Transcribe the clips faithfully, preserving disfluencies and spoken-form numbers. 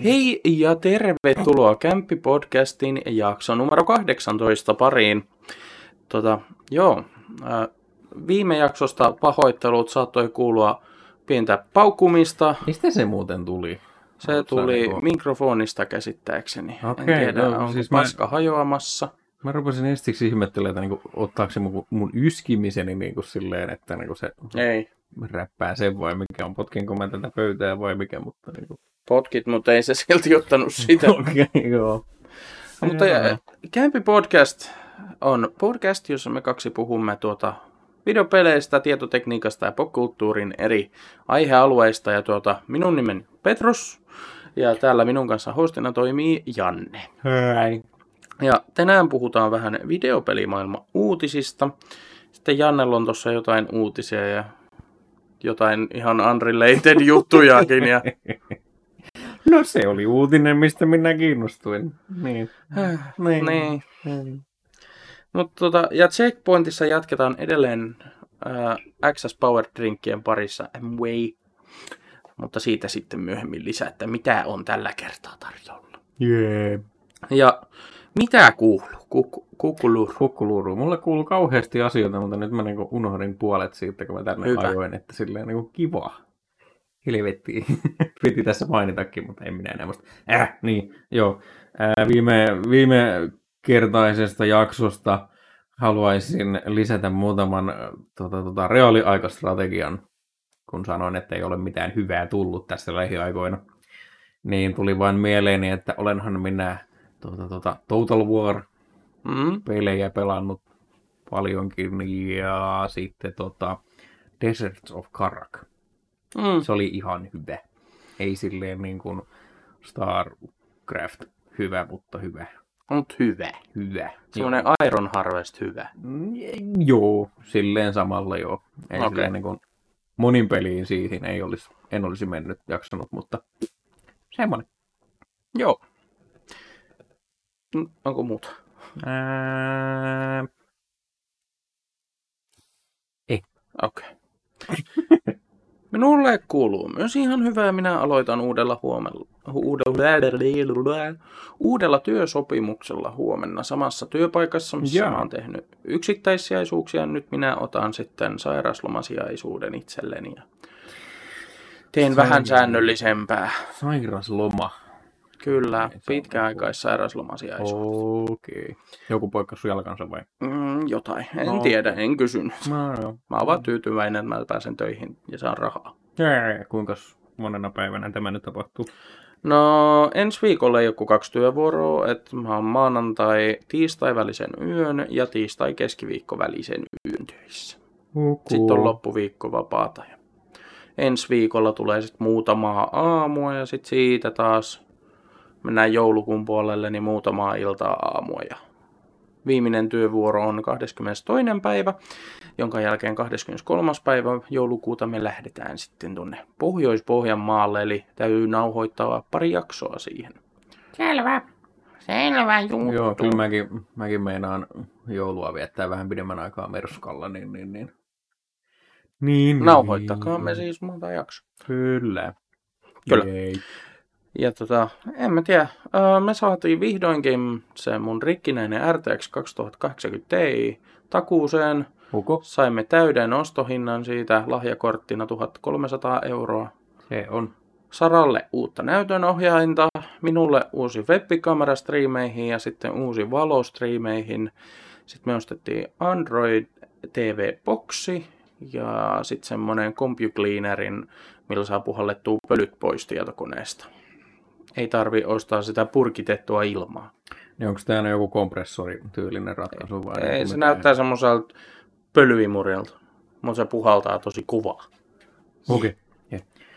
Hei ja tervetuloa Kämppi-podcastin jakso numero kahdeksantoista pariin. Tota, joo, äh, viime jaksosta pahoittelut saattoi kuulua pientä paukkumista. Mistä se muuten tuli? Se Oot tuli niinku... mikrofonista käsittääkseni. Okei, en tiedä, no, onko siis paska mä... hajoamassa. Mä rupesin ensiksi ihmettelemään, että niinku, ottaako se mun, mun yskimiseni niinku silleen, että niinku se Ei. räppää sen vai mikä on, potkinko mä tätä pöytää vai mikä, mutta niinku... Potkit, mutta ei se silti ottanut sitä. Okei, okay, joo. No, mutta Kämpi Podcast on podcast, jossa me kaksi puhumme tuota videopeleistä, tietotekniikasta ja popkulttuurin eri aihealueista. Ja tuota, minun nimeni Petrus ja täällä minun kanssa hostina toimii Janne. Hei. Ja tänään puhutaan vähän videopelimaailman uutisista. Sitten Jannella on tuossa jotain uutisia ja jotain ihan unrelated juttujakin. Ja... No se oli uutinen, mistä minä kiinnostuin. Niin. niin. niin. niin. Mutta tota, ja Checkpointissa jatketaan edelleen äh, Access Power Drinkien parissa Amway. Mutta siitä sitten myöhemmin lisää, että mitä on tällä kertaa tarjolla. Yeah. Ja mitä kuuluu? Kuk- Kukkuluuru. Kukkuluuru. Mulle kuuluu kauheasti asioita, mutta nyt mä niinku unohdin puolet siitä, kun mä tänne Hyvä. ajoin, että silleen niinku kiva. Helvettiin. Piti tässä mainitakin, mutta en minä enää muista. Äh, niin, joo. Äh, viime, viime kertaisesta jaksosta haluaisin lisätä muutaman tota, tota, reaaliaikastrategian, kun sanoin, että ei ole mitään hyvää tullut tässä lähiaikoina. Niin tuli vain mieleeni, että olenhan minä tota, tota, Total War-pelejä mm. pelannut paljonkin ja sitten tota, Deserts of Karak. Mm. Se oli ihan hyvä. Ei silleen niin kuin StarCraft hyvä, mutta hyvä. Mut hyvä. Hyvä. Semmoinen Iron Harvest hyvä. Mm, joo, silleen samalla joo. Ei okay. Silleen niin kuin monin peliin siihen ei olisi, en olisi mennyt jaksanut, mutta semmoinen. Joo. Onko muuta? Ää... Ei. Okei. Okay. Minulle kuuluu myös ihan hyvää. Minä aloitan uudella, huomella, uudella, uudella työsopimuksella huomenna samassa työpaikassa, missä yeah. mä oon tehnyt yksittäissijaisuuksia. Nyt minä otan sitten sairauslomasijaisuuden itselleni ja teen Sain... vähän säännöllisempää. Sairasloma. Kyllä, pitkäaikaissairauslomasijaisuus. Okei. Okay. Joku poikkas jalkansa vai? Mm, jotain. En no. tiedä, en kysynyt. No, no. Mä oon vaan tyytyväinen, että mä pääsen töihin ja saan rahaa. Ja, kuinka monena päivänä tämä nyt tapahtuu? No, ensi viikolla ei ole kuin kaksi työvuoroa, että mä oon maanantai tiistai välisen yön ja tiistai keskiviikko välisen yön töissä. Okay. Sitten on loppuviikko vapaata. Ja ensi viikolla tulee sitten muutamaa aamua ja sitten siitä taas mennään joulukuun puolelle, niin muutamaa iltaa aamua. Ja viimeinen työvuoro on kahdeskymmenestoinen päivä, jonka jälkeen kahdeskymmeneskolmas päivä joulukuuta me lähdetään sitten tuonne Pohjois-Pohjanmaalle, eli täytyy nauhoittaa pari jaksoa siihen. Selvä. Selvä juttu. Joo, kyllä mäkin, mäkin meinaan joulua viettää vähän pidemmän aikaa Merskalla, niin niin niin. niin Nauhoittakaa niin. Me siis monta jaksoa. Kyllä. Kyllä. Jei. Ja tota, en mä tiedä, me saatiin vihdoinkin se mun rikkinäinen R T X kaksituhattakahdeksankymmentä Ti takuuseen. Uko? Saimme täyden ostohinnan siitä lahjakorttina tuhatkolmesataa euroa. Se on. Saralle uutta näytönohjainta, minulle uusi webbikamera striimeihin ja sitten uusi valo striimeihin. Sitten me ostettiin Android T V-boksi ja sitten semmonen CompuCleanerin, millä saa puhallettua pölyt pois tietokoneesta. Ei tarvi ostaa sitä purkitettua ilmaa. Niin onko tämä joku kompressorityylinen ratkaisu vai? Ei, ei se näyttää semmoiselta pölyimurilta, mutta se puhaltaa tosi kovaa. Okei. Okay.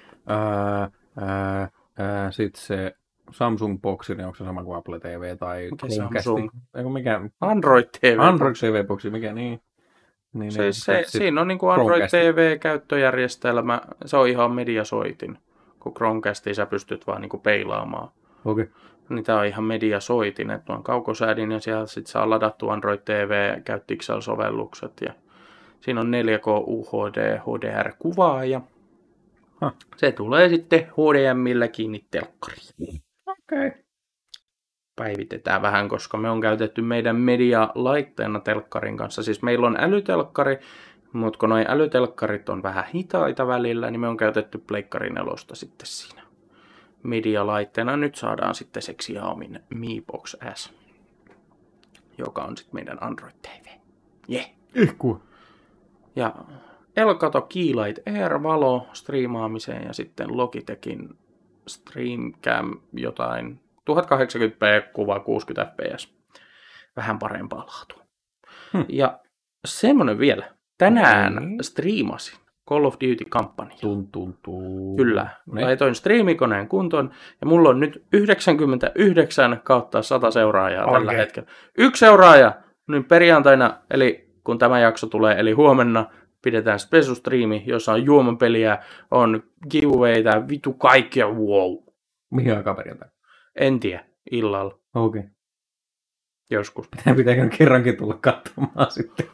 Yeah. Sitten se Samsung-boksi, niin onko se sama kuin Apple T V tai Samsung? Mikä? Android T V. Android T V-boksi, mikä niin? niin, se, niin se, siinä on niin kuin Android T V-käyttöjärjestelmä, se on ihan mediasoitin. Kun Chromecastiin sä pystyt vaan niinku peilaamaan. Okei. Okay. Niin tää on ihan mediasoitin, että on kaukosäädin ja siellä sit saa ladattua Android T V käyttiksel-sovellukset. Ja siinä on neljä K U H D H D R-kuvaa ja huh. se tulee sitten H D M:llä kiinni telkkariin. Okei. Okay. Päivitetään vähän, koska me on käytetty meidän media-laitteena telkkarin kanssa. Siis meillä on älytelkkari, mutta kun noi älytelkkarit on vähän hitaita välillä, niin me on käytetty Pleikkari nelosta sitten siinä media-laitteena. Nyt saadaan sitten se Xiaomin Mi Box S, joka on sitten meidän Android T V. Yeah. Ihku. Ja Elgato Keylight Air valo striimaamiseen ja sitten Logitechin Streamcam jotain tuhatkahdeksankymmentä p kuva kuusikymmentä f p s. Vähän parempaa laatua. Hmm. Ja semmonen vielä. Tänään Hmm. striimasin Call of Duty-kampanja. Tun, tun, tun. Kyllä. Ne. Laitoin striimikoneen kuntoon ja mulla on nyt yhdeksänkymmentäyhdeksän kautta sata seuraajaa tällä Oikein. hetkellä. Yksi seuraaja! Niin perjantaina, eli kun tämä jakso tulee, eli huomenna, pidetään spesustriimi, jossa on juomapeliä, on giveawayta, vitu kaikkea, wow. Mihin aikaan perjantai? En tiedä, illalla, Okei. Okay. joskus. Pitääkö kerrankin tulla katsomaan sitten?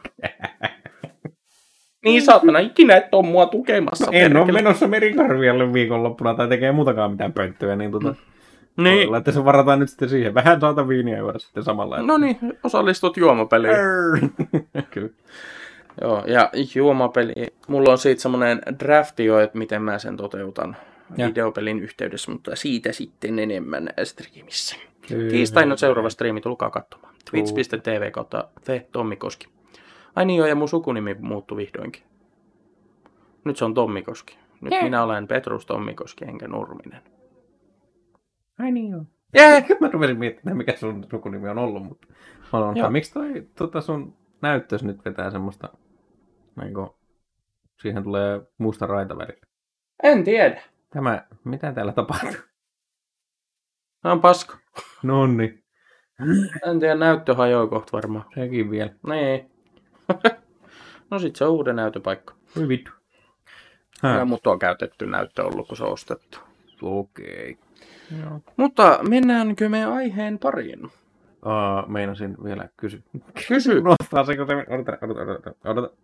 Niin saatana, ikinä et ole mua tukemassa. No, en ole perkele. menossa merikarvialle viikonloppuna tai tekee muutakaan mitään pönttöä, niin tota... Niin. Niin. Että se varataan nyt sitten siihen. Vähän saata viiniä juoda sitten samalla. No niin, osallistut juomapeliin. Kyllä. Joo, ja juomapeli. Mulla on siitä semmoinen drafti jo, että miten mä sen toteutan Ja. videopelin yhteydessä, mutta siitä sitten enemmän striimissä. Kyllä. Tiistaina seuraava striimi, tulkaa katsomaan. twitch piste tv kautta The Tommi Koski. Ai niin joo, ja mun sukunimi muuttui vihdoinkin. Nyt se on Tommi Koski. Nyt Jee. minä olen Petrus Tommi Koski, enkä Nurminen. Ai niin joo. Jee! Mä rupesin miettimään, mikä sun sukunimi on ollut, mutta mä olen, Joo. miksi toi tota sun näyttös nyt vetää semmoista, niin kuin, siihen tulee musta raita välillä. En tiedä. Tämä, mitä täällä tapahtuu? Tämä on paska. Nonni, En tiedä, näyttö hajoaa kohta varmaan. sekin vielä. Niin. No sit se on uuden näytöpaikka. Voi vittu. Ja mut on käytetty näyttö ollut, kun se on ostettu. Okei. Joo. Mutta mennäänkö me aiheen pariin? Uh, meinasin vielä kysyä. Kysy. Nostaa se, kun te... Odota, odota, odota. odota.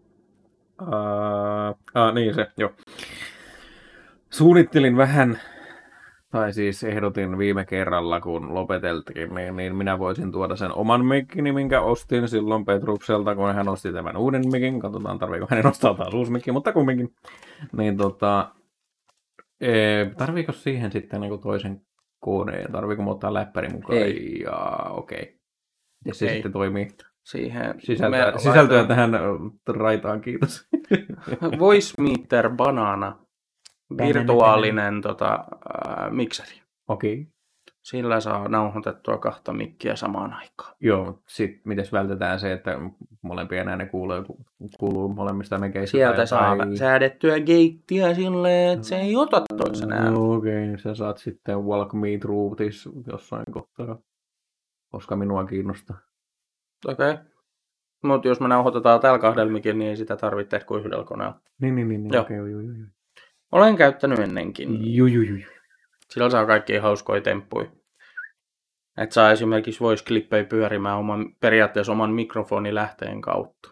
Uh, ah, niin se, joo. Suunnittelin vähän, tai siis ehdotin viime kerralla, kun lopeteltiin, niin, niin minä voisin tuoda sen oman mikkini, minkä ostin silloin Petrukselta, kun hän osti tämän uuden mikin. Katsotaan, tarviiko hänen ostaa taas uusi mikki, mutta kumminkin. Niin tota, ee, tarviiko siihen sitten niin toisen koneen? Tarviiko mu ottaa läppäri mukaan? Ei. Ja okei. Okay. Ja se Ei. sitten toimii. Siihen Sisältöä, me sisältöä laitetaan tähän ö, raitaan, kiitos. Voice Meter Banana. Virtuaalinen tota, äh, mikseri. Okei. Okay. Sillä saa nauhoitettua kahta mikkiä samaan aikaan. Joo, sitten miten vältetään se, että molempien ääne kuuluu, kuuluu molemmista mekeistä? Sieltä tai- saa tai- säädettyä geittiä silleen, että se ei ota toisen äänen. No, okei, okay. Sä saat sitten walk me through this jossain kohtaa, koska minua kiinnostaa. Okei. Okay. Mutta jos me nauhoitetaan tällä kahdella mikin, niin ei sitä tarvitse tehdä kuin yhdellä koneella. Niin, niin, niin, niin. Joo. okei, okay, joo, joo, joo. Olen käyttänyt ennenkin. Joo, joo, joo. Sillä saa kaikkia hauskoja temppuja. Että saa esimerkiksi voice-klippejä pyörimään oman, periaatteessa oman mikrofonilähteen kautta.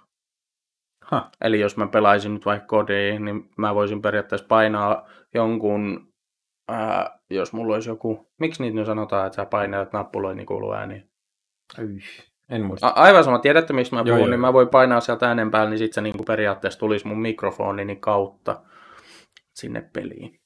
Ha. Eli jos mä pelaisin nyt vaikka kodiin, niin mä voisin periaatteessa painaa jonkun, ää, jos mulla olisi joku, miksi niitä nyt sanotaan, että sä painelet nappuloin, niin kuuluu ääniä. Ai, en muista. A- aivan sama, tiedätte mistä mä puhun, Joo, joo, niin joo. mä voin painaa sieltä äänen päälle, niin sit se niinku periaatteessa tulisi mun mikrofonini kautta sinne peliin.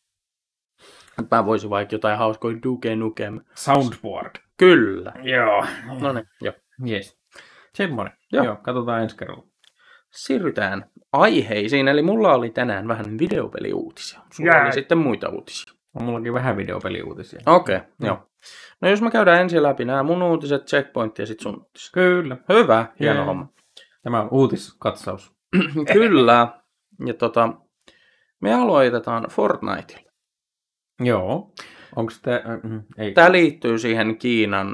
Et mä voisin vaikka jotain hauskoja Duke Nukem. Soundboard. Kyllä. Joo. No niin, joo. Yes. Semmoinen. Joo. Joo. Joo, katsotaan ensi kerralla. Siirrytään aiheisiin, eli mulla oli tänään vähän videopeliuutisia. Sulla Jää. oli sitten muita uutisia. On mullakin vähän videopeliuutisia. Okei, okay, Mm. joo. No jos me käydään ensin läpi nämä mun uutiset, checkpoint ja sitten sun uutiset. Kyllä. Hyvä, hieno Jee. homma. Tämä on uutiskatsaus. Kyllä. Ja tota, me aloitetaan Fortniteilla. Joo. Onko te... Mm, ei. Tämä liittyy siihen Kiinan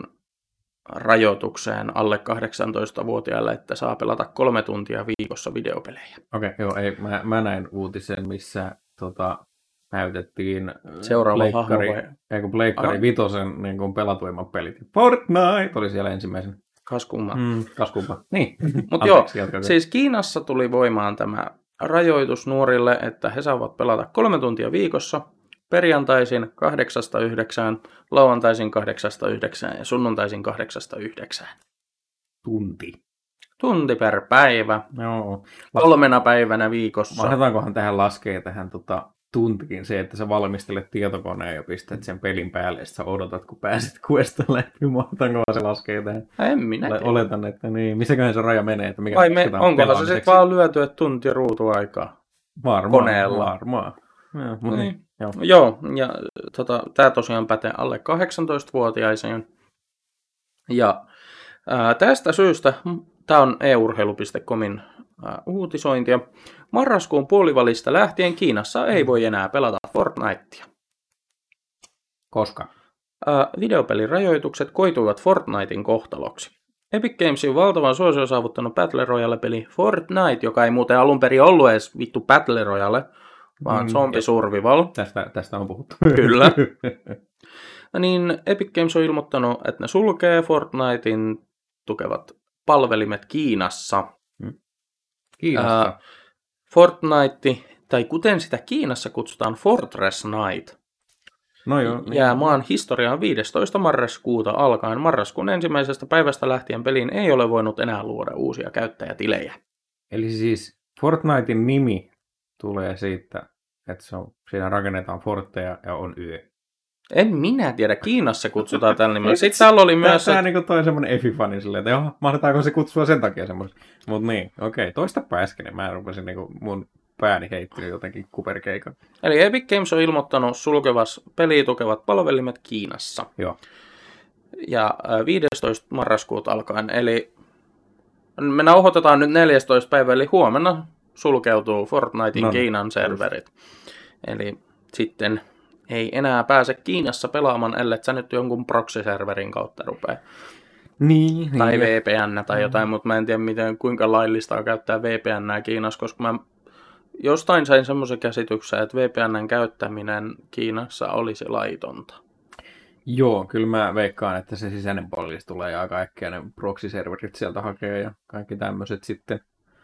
rajoitukseen alle kahdeksantoistavuotiaille, että saa pelata kolme tuntia viikossa videopelejä. Okei, okay, joo, ei. Mä, mä näin uutisen, missä tota, näytettiin Seuraava hahmo Pleikkari, vai? ei kun Pleikkari Aha. vitosen niin kuin pelatuimmat pelit. Fortnite oli siellä ensimmäisen. Kas kumma. Mm, kas kumpa. Niin. Mut joo, Anteeksi, jatkakaa. siis Kiinassa tuli voimaan tämä rajoitus nuorille, että he saavat pelata kolme tuntia viikossa. perjantaisin kahdeksasta yhdeksään, lauantaisin kahdeksasta yhdeksään ja sunnuntaisin kahdeksasta yhdeksään. Tunti. Tunti per päivä, Joo. kolmena päivänä viikossa. Mahdetaankohan tähän laskea tähän tota, tuntikin se, että sä valmistelet tietokoneen ja pistät sen pelin päälle, ja sä odotat, kun pääset kuesta läpi. Mahdetaanko se laskea tähän? En minä Ole, tiedä. oletan, että niin. Missäköhän se raja menee? Että mikä Vai me, lasketaan onkohan se pelaamiseksi? sitten vaan lyöty, että tunti ruutuaikaa? Varmaan, koneella? Varmaan. Joo, mutta Niin. niin. Joo. Joo, ja tota, tämä tosiaan pätee alle kahdeksantoistavuotiaisiin. Ja ää, tästä syystä, tämä on e urheilu piste comin ää, uutisointia, marraskuun puolivälistä lähtien Kiinassa ei voi enää pelata Fortnitea. Koska? Ää, videopelin rajoitukset koituivat Fortnitein kohtaloksi. Epic Gamesin valtavan suosion saavuttanut Battle Royale-peli Fortnite, joka ei muuten alun perin ollut edes vittu Battle Royale, vaan Mm, Zombie Survival. Tästä, tästä on puhuttu. Kyllä. Niin Epic Games on ilmoittanut, että ne sulkee Fortnitein tukevat palvelimet Kiinassa. Kiinassa. Ää, Fortnite, tai kuten sitä Kiinassa kutsutaan Fortress Night, No joo. Niin. jää maan historiaan viidestoista marraskuuta alkaen. Marraskuun ensimmäisestä päivästä lähtien peliin ei ole voinut enää luoda uusia käyttäjätilejä. Eli siis Fortnitein nimi tulee siitä, että se on, siinä rakennetaan fortteja ja on yö. En minä tiedä, Kiinassa kutsutaan tällä nimellä. Sitten täällä oli myös... Tämä niin toi semmoinen efifani silleen, että joo, mahdetaanko se kutsua sen takia semmoisen. Mutta niin, okei, okay. Toistapa äsken, mä rupesin niinku mun pääni heitti jotenkin kuperkeikan. Eli Epic Games on ilmoittanut sulkevas peliä tukevat palvelimet Kiinassa. Joo. Ja viidestoista marraskuuta alkaen, eli me nauhoitetaan nyt neljästoista päivä, eli huomenna sulkeutuu Fortnitein No, Kiinan serverit. Eli sitten ei enää pääse Kiinassa pelaamaan, ellei sä nyt jonkun proxy-serverin kautta rupea. Niin, Tai niin. V P N tai jotain, mutta mä en tiedä miten, kuinka laillista on käyttää V P N Kiinassa, koska mä jostain sain semmoisen käsityksen, että V P N:n käyttäminen Kiinassa olisi laitonta. Joo, kyllä mä veikkaan, että se sisäinen poliisi tulee ja kaikkia ne proxy-serverit sieltä hakee ja kaikki tämmöiset sitten.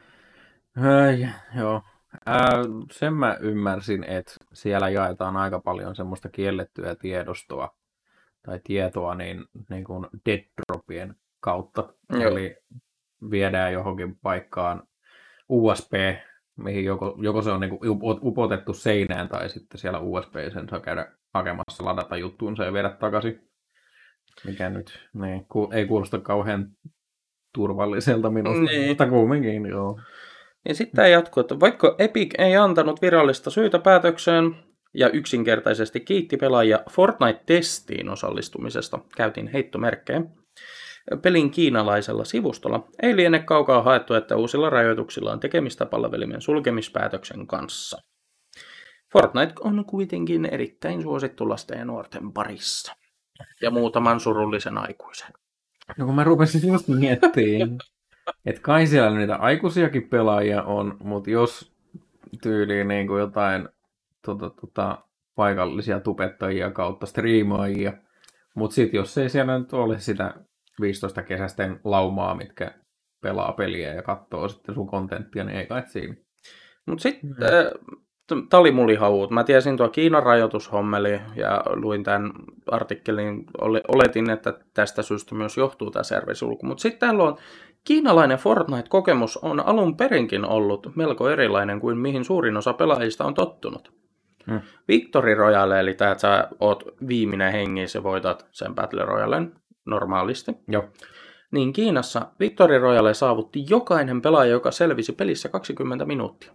Ai, joo. Ää, sen mä ymmärsin, että siellä jaetaan aika paljon semmoista kiellettyä tiedostoa tai tietoa niin, niin kuin dead dropien kautta. Joo. Eli viedään johonkin paikkaan U S B, mihin joko, joko se on niin kuin upotettu seinään tai sitten siellä U S B sen saa käydä hakemassa, ladata juttuunsa ja viedä takaisin. Mikä nyt niin, ku, ei kuulosta kauhean turvalliselta minusta, Niin. mutta kumminkin joo. Ja sitten tämä jatkuu, että vaikka Epic ei antanut virallista syytä päätökseen ja yksinkertaisesti kiitti pelaajia Fortnite-testiin osallistumisesta, käytin heittomerkkejä, pelin kiinalaisella sivustolla ei liene kaukaa haettu, että uusilla rajoituksilla on tekemistä palvelimen sulkemispäätöksen kanssa. Fortnite on kuitenkin erittäin suosittu lasten ja nuorten parissa. Ja muutaman surullisen aikuisen. No kun mä rupesin just miettimään, että kai siellä niitä aikuisiakin pelaajia on, mutta jos tyyliin niin kuin jotain tota, tota, paikallisia tubettajia kautta striimaajia, mutta sitten jos ei siellä nyt ole sitä viisitoista kesästen laumaa, mitkä pelaa peliä ja katsoo sitten sun kontenttia, niin ei kai siinä. Mutta sitten mm. tämä oli mulihavuut. Mä tiesin tuo Kiinan rajoitushommeli ja luin tämän artikkelin. Oletin, että tästä syystä myös johtuu tämä servisulku. Mutta sitten täällä on kiinalainen Fortnite-kokemus on alun perinkin ollut melko erilainen kuin mihin suurin osa pelaajista on tottunut. Hmm. Victory Royale, eli tämä, että sä oot viimeinen hengissä ja voitat sen Battle Royalen normaalisti. Joo. Niin Kiinassa Victory Royale saavutti jokainen pelaaja, joka selvisi pelissä kaksikymmentä minuuttia.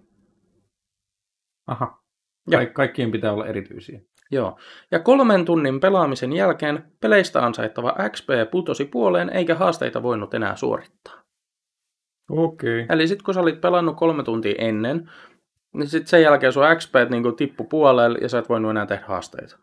Aha. Joo. Kaik- kaikkien pitää olla erityisiä. Joo. Ja kolmen tunnin pelaamisen jälkeen peleistä ansaittava X P putosi puoleen, eikä haasteita voinut enää suorittaa. Okei. Okay. Eli sitten kun sä olit pelannut kolme tuntia ennen, niin sitten sen jälkeen sun X P niinku tippu puolelle ja sä et voinut enää tehdä haasteita.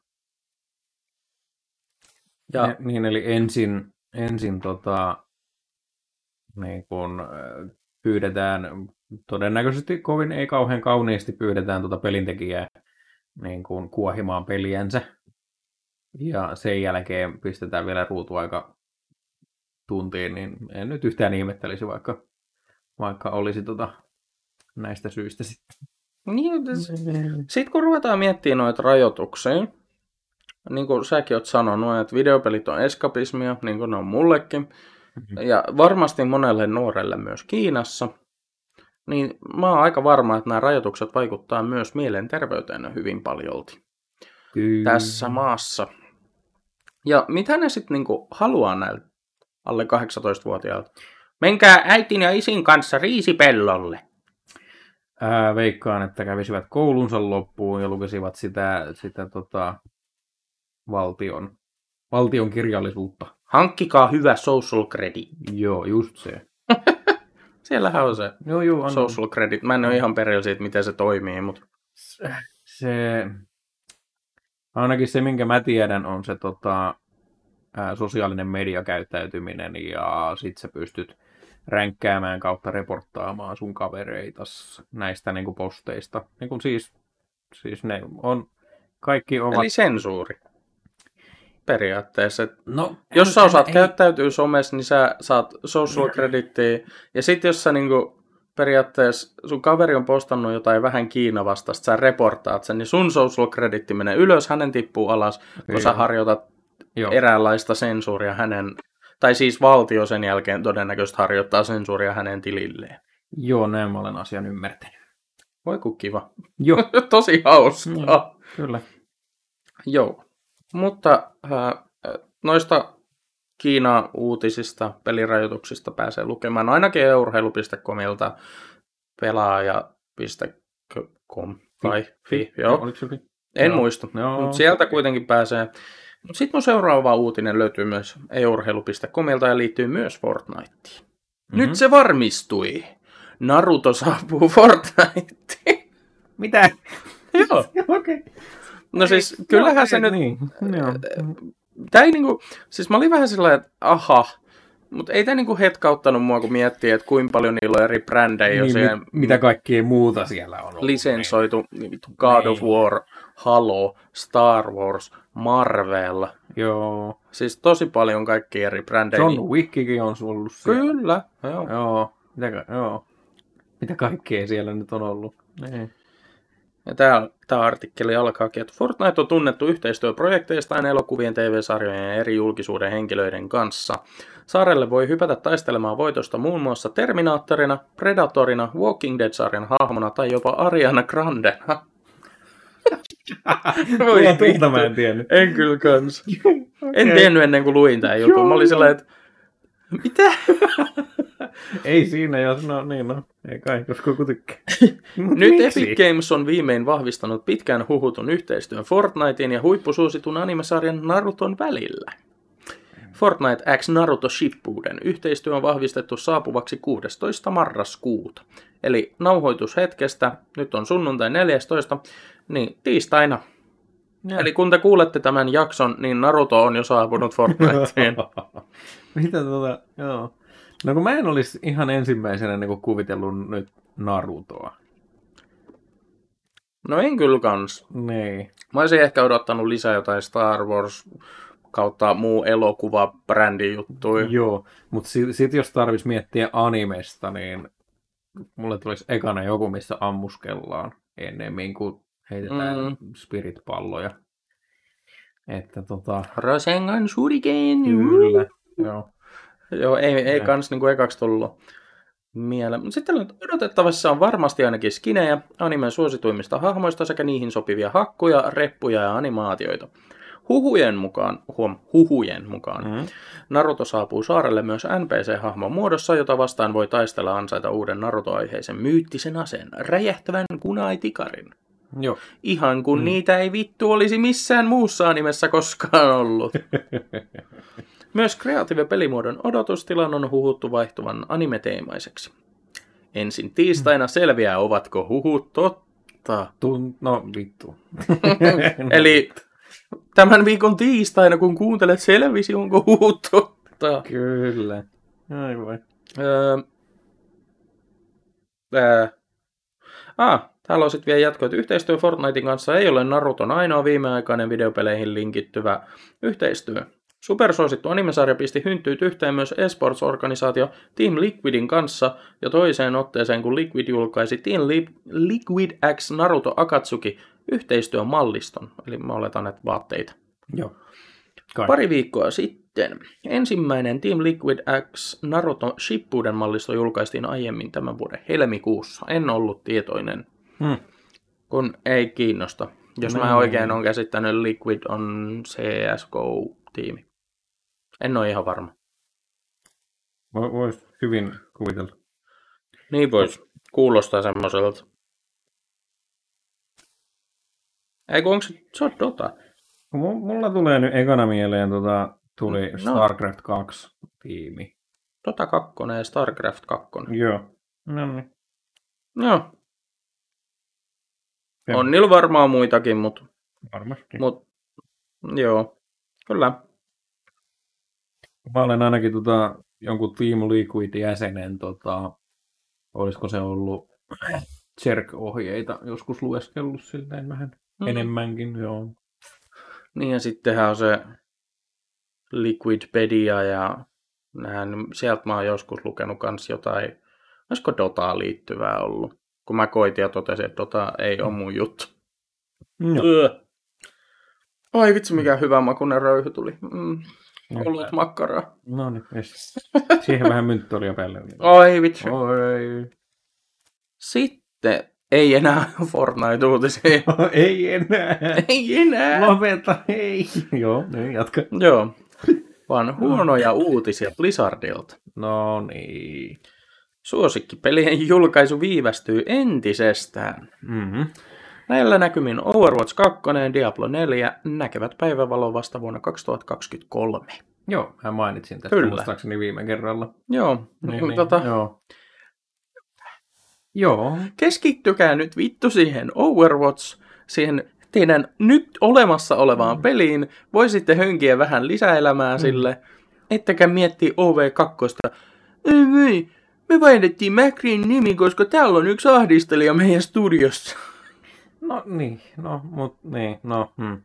Ja Ne, niin, eli ensin, ensin tota, niin kun, äh, pyydetään, todennäköisesti kovin ei kauhean kauniisti pyydetään tuota pelintekijää niin kun kuohimaan peliänsä. Ja sen jälkeen pistetään vielä ruutuaika tuntiin, niin en nyt yhtään ihmettelisi, vaikka, vaikka olisi tota, näistä syistä sitten. Niin, sitten kun ruvetaan miettimään noita rajoituksia, niin kuin säkin oot sanonut, että videopelit on eskapismia, niin kuin ne on mullekin, mm-hmm. ja varmasti monelle nuorelle myös Kiinassa, niin mä oon aika varma, että nämä rajoitukset vaikuttaa myös mielenterveyteen hyvin paljolti Kyllä. tässä maassa. Ja mitä ne sitten niinku haluaa näiltä alle kahdeksantoistavuotiailta? Menkää äitin ja isin kanssa riisipellolle. Ää, veikkaan, että kävisivät koulunsa loppuun ja lukisivat sitä, sitä tota, valtion, valtion kirjallisuutta. Hankkikaa hyvä social credit. Joo, just se. Siellähän on se joo, joo, social credit. Mä en ole ihan perillä siitä, miten se toimii, mutta... Se... Ainakin se, minkä mä tiedän, on se tota, ää, sosiaalinen mediakäyttäytyminen ja sit sä pystyt ränkkäämään kautta reporttaamaan sun kavereitas näistä niin kuin posteista. Niin kuin siis, siis ne on, kaikki ovat... Eli sensuuri. Periaatteessa. No, jos en, sä osaat en, käyttäytyä somessa, niin sä saat social credittiä. Ja sit jos sä niinku periaatteessa sun kaveri on postannut jotain vähän Kiina-vastasta, sä reportaat sen, niin sun social creditti menee ylös, hänen tippuu alas, kun Joo. sä harjoitat Joo. eräänlaista sensuuria hänen, tai siis valtio sen jälkeen todennäköisesti harjoittaa sensuuria hänen tililleen. Joo, näin mä olen asian ymmärtänyt. Voi kun kiva. Joo. Tosi hauskaa. Joo, kyllä. Joo, mutta äh, noista Kiinan uutisista, pelirajoituksista pääsee lukemaan ainakin eurheilu piste comilta, pelaaja piste com tai fi, joo. Oliko se fi? En joo. muista, joo. mutta sieltä kuitenkin pääsee. Sitten mun seuraava uutinen löytyy myös eurheilu piste comilta ja liittyy myös Fortniteen. Mm-hmm. Nyt se varmistui. Naruto saapuu Fortniteen. Mitä? Joo. Okei. Okay. No siis, kyllähän no, se nyt... Niin. Tämä ei niinku... Siis mä olin vähän sillä että aha, mutta ei tämä niinku hetkauttanut mua, kun miettii, että kuinka paljon niillä on eri brändejä. Niin, siihen, mitä kaikkea muuta siellä on ollut. Lisensoitu, niin. God of War, Halo, Star Wars, Marvel. Joo. Siis tosi paljon kaikkia eri brändejä. John Wickikin on ollut siellä. Kyllä, joo. Joo. Mitä, joo. Mitä kaikkea siellä nyt on ollut. Niin. Ja tämä, tämä artikkeli alkaakin, että Fortnite on tunnettu yhteistyöprojekteistaan elokuvien, T V-sarjojen ja eri julkisuuden henkilöiden kanssa. Saarelle voi hypätä taistelemaan voitosta muun muassa Terminaattorina, Predatorina, Walking Dead-sarjan hahmona tai jopa Ariana Grandena. Voi tuolta mä en tiennyt. En kyllä kans. En tiennyt ennen kuin luin tämän jutun. Mä olin sellainen, että mitä? Ei siinä, jos no niin no. Ei kai, koska joku tykkää. Nyt Epic Games on viimein vahvistanut pitkään huhutun yhteistyön Fortnitein ja huippusuositun animesarjan Naruton välillä. Fortnite X Naruto Shippuden yhteistyö on vahvistettu saapuvaksi kuudestoista marraskuuta. Eli nauhoitushetkestä, nyt on sunnuntai neljästoista, niin tiistaina. Ja. Eli kun te kuulette tämän jakson, niin Naruto on jo saapunut Fortniteen. Mitä tota, joo. No kun mä en olisi ihan ensimmäisenä niin kuvitellut nyt Narutoa. No en kyllä kans. Niin. Mä olisin ehkä odottanut lisää jotain Star Wars kautta muu elokuva brändi juttuja. Joo, mutta sitten sit jos tarvitsisi miettiä animesta, niin mulle tulisi ekana joku, missä ammuskellaan ennemmin kuin heitetään mm. spirit-palloja. Että tota... Rasengan shuriken! Kyllä, joo. Joo, ei, ei kans niinku ekaksi tullut mieleen. Mutta sitten odotettavassa on varmasti ainakin skinejä, animen suosituimmista hahmoista sekä niihin sopivia hakkuja, reppuja ja animaatioita. Huhujen mukaan, huom, huhujen mukaan, mm-hmm. Naruto saapuu saarelle myös N P C-hahmon muodossa, jota vastaan voi taistella ansaita uuden Naruto-aiheisen myyttisen aseen, räjähtävän kunai-tikarin. Joo. Ihan kun mm. niitä ei vittu olisi missään muussa animessa koskaan ollut. Myös kreatiivi-pelimuodon odotustilan on huhuttu vaihtuvan anime-teemaiseksi. Ensin tiistaina selviää, ovatko huhut totta. Tun... No vittu. Eli tämän viikon tiistaina, kun kuuntelet, selvisi, onko huhut totta. Kyllä. Aivan. Öö... Öö... Ah, täällä on sitten vielä jatko, että yhteistyö Fortnitein kanssa ei ole Naruton ainoa viimeaikainen videopeleihin linkittyvä yhteistyö. Supersuosittu animesarja pisti hynttyyt yhteen myös esports-organisaatio Team Liquidin kanssa jo toiseen otteeseen, kun Liquid julkaisi Team Liquid X Naruto Akatsuki yhteistyömalliston. Eli mä oletan, että vaatteita. Joo. Kai. Pari viikkoa sitten ensimmäinen Team Liquid X Naruto Shippuden mallisto julkaistiin aiemmin tämän vuoden helmikuussa. En ollut tietoinen, Hmm. kun ei kiinnosta. Jos mä No. oikein olen käsittänyt, Liquid on C S G O-tiimi. En ole ihan varma. Voisi hyvin kuvitella. Niin vois kuulostaa semmoiselta. Eikö onko se, se on Dota? Mulla tulee nyt ekana mieleen, tota, tuli No. StarCraft kaksi tiimi. Dota kaksi ja StarCraft kaksi. Joo. No niin. Joo, Joo, on niillä varmaan muitakin, mutta varmasti. mut, joo, kyllä. Mä olen ainakin tota, jonkun Team Liquid jäsenen, tota, olisiko se ollut Zerg-ohjeita joskus lueskellut silleen vähän Mm. enemmänkin, joo. Niin ja sittenhän on se Liquidpedia ja nähän, sieltä mä oon joskus lukenut kans jotain, olisiko Dotaan liittyvää ollut? Kun mä koitin ja totesin, että Dota ei ole mun juttu. Joo. Öö. Ai vitsi, mikä hyvä makuinen röyhy tuli. Mm. Joo. Olut makkaraa. No niin, yes. Siihen vähän mynttoria päälle. Ai vitsi. Oi. Sitten ei enää Fortnite-uutisia. Ei enää. Ei enää. Lopeta, ei. Joo, niin jatka. Joo. Vaan huonoja uutisia Blizzardilta. No niin. Suosikkipelien julkaisu viivästyy entisestään. Mm-hmm. Näillä näkymin Overwatch kaksi ja Diablo neljä näkevät päivävaloa vasta vuonna kaksituhattakaksikymmentäkolme. Joo, mä mainitsin tästä Kyllä. muistaakseni viime kerralla. Joo, Niin, niin, tota, joo. Joo. keskittykää nyt vittu siihen Overwatch, siihen teidän nyt olemassa olevaan Mm. peliin. Voisitte hönkiä vähän lisäelämää Mm. sille, ettekä miettiä O V kaksi. Ei, ei, me vaihdettiin Macrin nimi, koska täällä on yksi ahdistelija meidän studiossa. No niin, no, mut niin, no, hmm.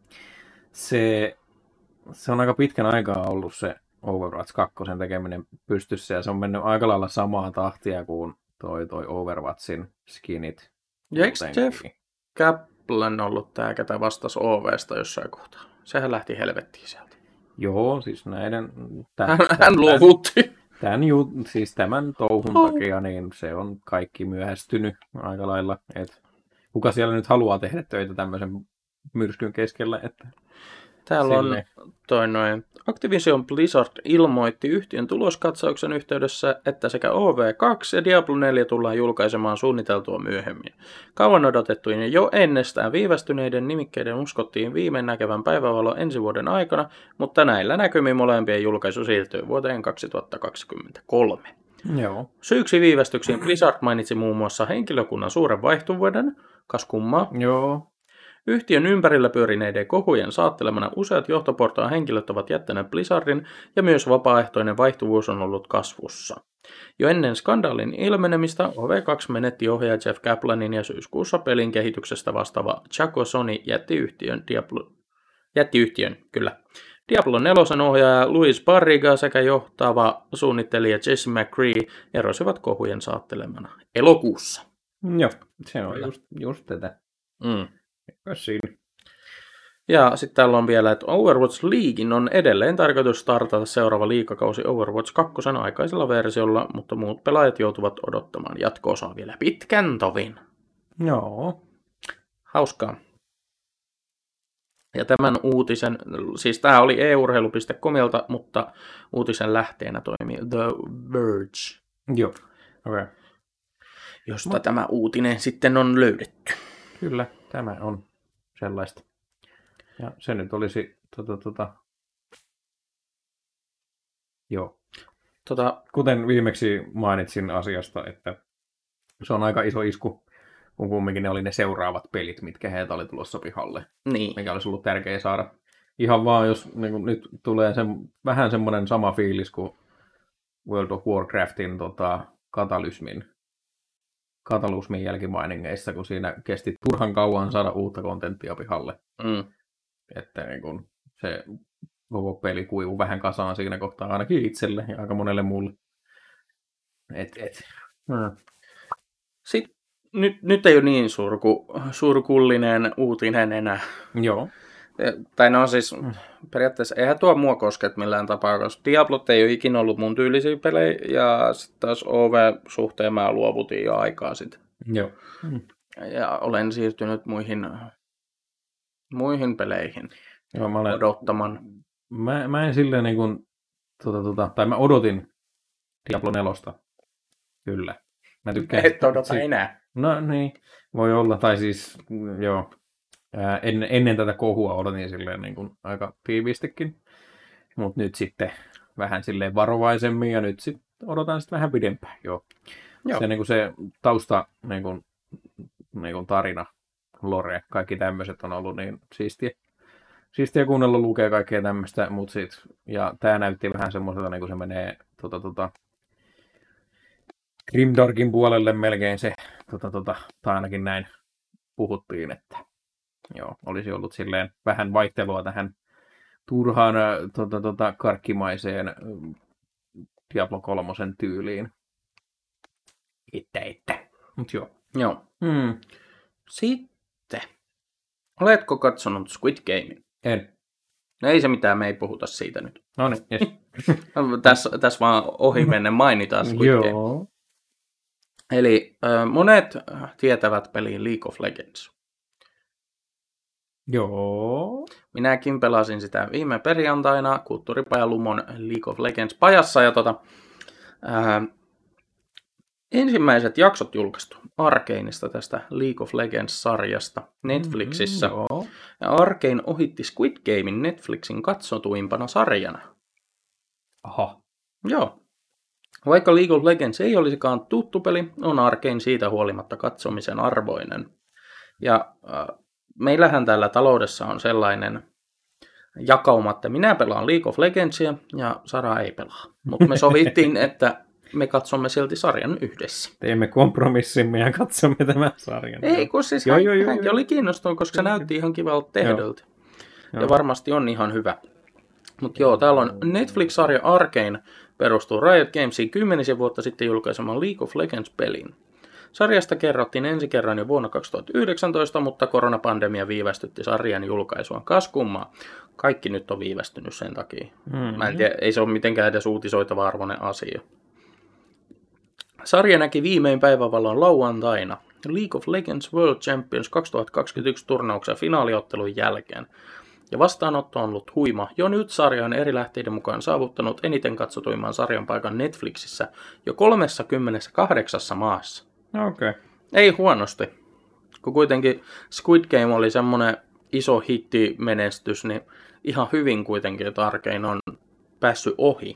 se, se on aika pitkän aikaa ollut se Overwatch kaksi tekeminen pystyssä, ja se on mennyt aika lailla samaa tahtia kuin toi, toi Overwatchin skinit. Ja eikö muutenkin. Jeff Kaplan ollut tää, ketä vastasi O V:stä jossain kohtaa? Sehän lähti helvettiin sieltä. Joo, siis näiden... Tä, Hän, tä- hän luovutti. Tämän, ju, siis tämän touhun Oh. takia niin se on kaikki myöhästynyt aika lailla. Et kuka siellä nyt haluaa tehdä töitä tämmöisen myrskyn keskellä? Että Täällä on Silleen. toi noin. Activision Blizzard ilmoitti yhtiön tuloskatsauksen yhteydessä, että sekä O V kaksi ja Diablo neljä tullaan julkaisemaan suunniteltua myöhemmin. Kauan odotettujen ja jo ennestään viivästyneiden nimikkeiden uskottiin viimein näkevän päivävalo ensi vuoden aikana, mutta näillä näkymin molempien julkaisu siirtyy vuoteen kaksituhattakaksikymmentäkolme. joo. Syyksi viivästyksiin Blizzard mainitsi muun muassa henkilökunnan suuren vaihtuvuuden, kas kummaa. Joo. Yhtiön ympärillä pyörineiden kohujen saattelemana useat johtoportaan henkilöt ovat jättäneet Blizzardin ja myös vapaaehtoinen vaihtuvuus on ollut kasvussa. Jo ennen skandaalin ilmenemistä O V kaksi menetti ohjaaja Jeff Kaplanin ja syyskuussa pelin kehityksestä vastaava Chaco Sony jätti yhtiön, Diablo... jätti yhtiön kyllä. Diablo neljä ohjaaja Luis Barriga sekä johtava suunnittelija Jesse McCree erosivat kohujen saattelemana elokuussa. Joo. Se on Kyllä. just, just tätä. Mm. Eikä siinä. Ja sitten täällä on vielä, että Overwatch Leaguein on edelleen tarkoitus startata seuraava liigakausi Overwatch kaksi aikaisella versiolla, mutta muut pelaajat joutuvat odottamaan jatko-osaa vielä pitkän tovin. Joo. Hauskaa. Ja tämän uutisen, siis tämä oli e urheilu piste comilta, mutta uutisen lähteenä toimii The Verge, Joo. Okei. Okay. josta Mut. tämä uutinen sitten on löydetty. Kyllä, tämä on sellaista. Ja se nyt olisi tota, tota... Joo. Tota, Kuten viimeksi mainitsin asiasta, että se on aika iso isku, kun kumminkin ne oli ne seuraavat pelit, mitkä heiltä oli tulossa pihalle. niin. Mikä olisi ollut tärkeää saada. Ihan vaan, jos niin kuin, nyt tulee sen, vähän semmoinen sama fiilis kuin World of Warcraftin tota, katalysmin, katalysmin jälkimainingeissa, kun siinä kesti turhan kauan saada uutta kontenttia pihalle. Mm. Että niin kuin, se koko peli kuivui vähän kasaan siinä kohtaa ainakin itselle ja aika monelle muulle. Et, et. Hmm. Sitten nyt, nyt ei ole niin surku, surkullinen uutinen enää. Joo. Tai no siis periaatteessa eihän tuo mua kosket millään tapaa, koska Diablot ei ole ikinä ollut mun tyylisiä pelejä, ja sitten taas O V-suhteen mä luovutin jo aikaa sitten. Joo. Hmm. Ja olen siirtynyt muihin, muihin peleihin Joo, mä olen, odottaman. Mä, mä en silleen niin kuin, tuota, tuota, tai mä odotin Diablo nelosta. Kyllä. Mä tykkään. Et odota si- enää. No niin, voi olla. Tai siis, joo. Ää, en, ennen tätä kohua odotin silleen niin kuin aika tiiviistikin. Mutta nyt sitten vähän silleen varovaisemmin ja nyt sitten odotan sitten vähän pidempään. Joo. Joo. Se, niin kuin se tausta niin kuin, niin kuin tarina, lore, kaikki tämmöiset on ollut niin siistiä. Siistiä kuunnella lukee kaikkea tämmöistä, mutta sit, ja tää näytti vähän semmoiselta, niin kuin se menee tota, tota, Grimdarkin puolelle melkein se, tota, tota, tai ainakin näin puhuttiin, että joo, olisi ollut silleen vähän vaihtelua tähän turhaan tota, tota, karkkimaiseen Diablo kolmosen tyyliin. Että, että. Mut joo. Joo. Hmm. Sitten. Oletko katsonut Squid Gamein? En. No ei se mitään, me ei puhuta siitä nyt. No niin, jes. tässä, tässä vaan ohimennen mainitaan Squid Game. Joo. Eli äh, monet tietävät peliin League of Legends. Joo. Minäkin pelasin sitä viime perjantaina Kulttuuripaja Lumon League of Legends pajassa. Ja tota, äh, ensimmäiset jaksot julkaistu Arkaneista tästä League of Legends-sarjasta Netflixissä. Mm, joo. Ja Arkane ohitti Squid Gamein Netflixin katsotuimpana sarjana. Aha. Joo. Vaikka League of Legends ei olisikaan tuttu peli, on Arkane siitä huolimatta katsomisen arvoinen. Ja äh, meillähän täällä taloudessa on sellainen jakauma, että minä pelaan League of Legendsia ja Sara ei pelaa. Mutta me sovittiin, että me katsomme silti sarjan yhdessä. Teemme kompromissimme ja katsomme tämän sarjan. Ei, kun siis joo, hän, joo, joo, hänkin joo. oli kiinnostunut, koska se näytti ihan kivalta tehdöltä. Ja Joo. varmasti on ihan hyvä. Mutta joo, täällä on Netflix-sarja Arkane, perustuu Riot Gamesin kymmenisen vuotta sitten julkaisemaan League of Legends-pelin. Sarjasta kerrottiin ensi kerran jo vuonna kaksituhattayhdeksäntoista, mutta koronapandemia viivästytti sarjan julkaisua. Kas kummaa. Kaikki nyt on viivästynyt sen takia. Mm-hmm. Mä en tiedä, ei se ole mitenkään edes uutisoitava arvoinen asia. Sarja näki viimein päivävalon lauantaina League of Legends World Champions kaksituhattakaksikymmentäyksi turnauksen finaaliottelun jälkeen. Ja vastaanotto on ollut huima. Jo nyt sarja on eri lähteiden mukaan saavuttanut eniten katsotuimman sarjan paikan Netflixissä jo kolmekymmentäkahdeksan maassa. Okei. Okay. Ei huonosti. Kun kuitenkin Squid Game oli semmoinen iso hittimenestys, niin ihan hyvin kuitenkin, että Arkane on päässyt ohi.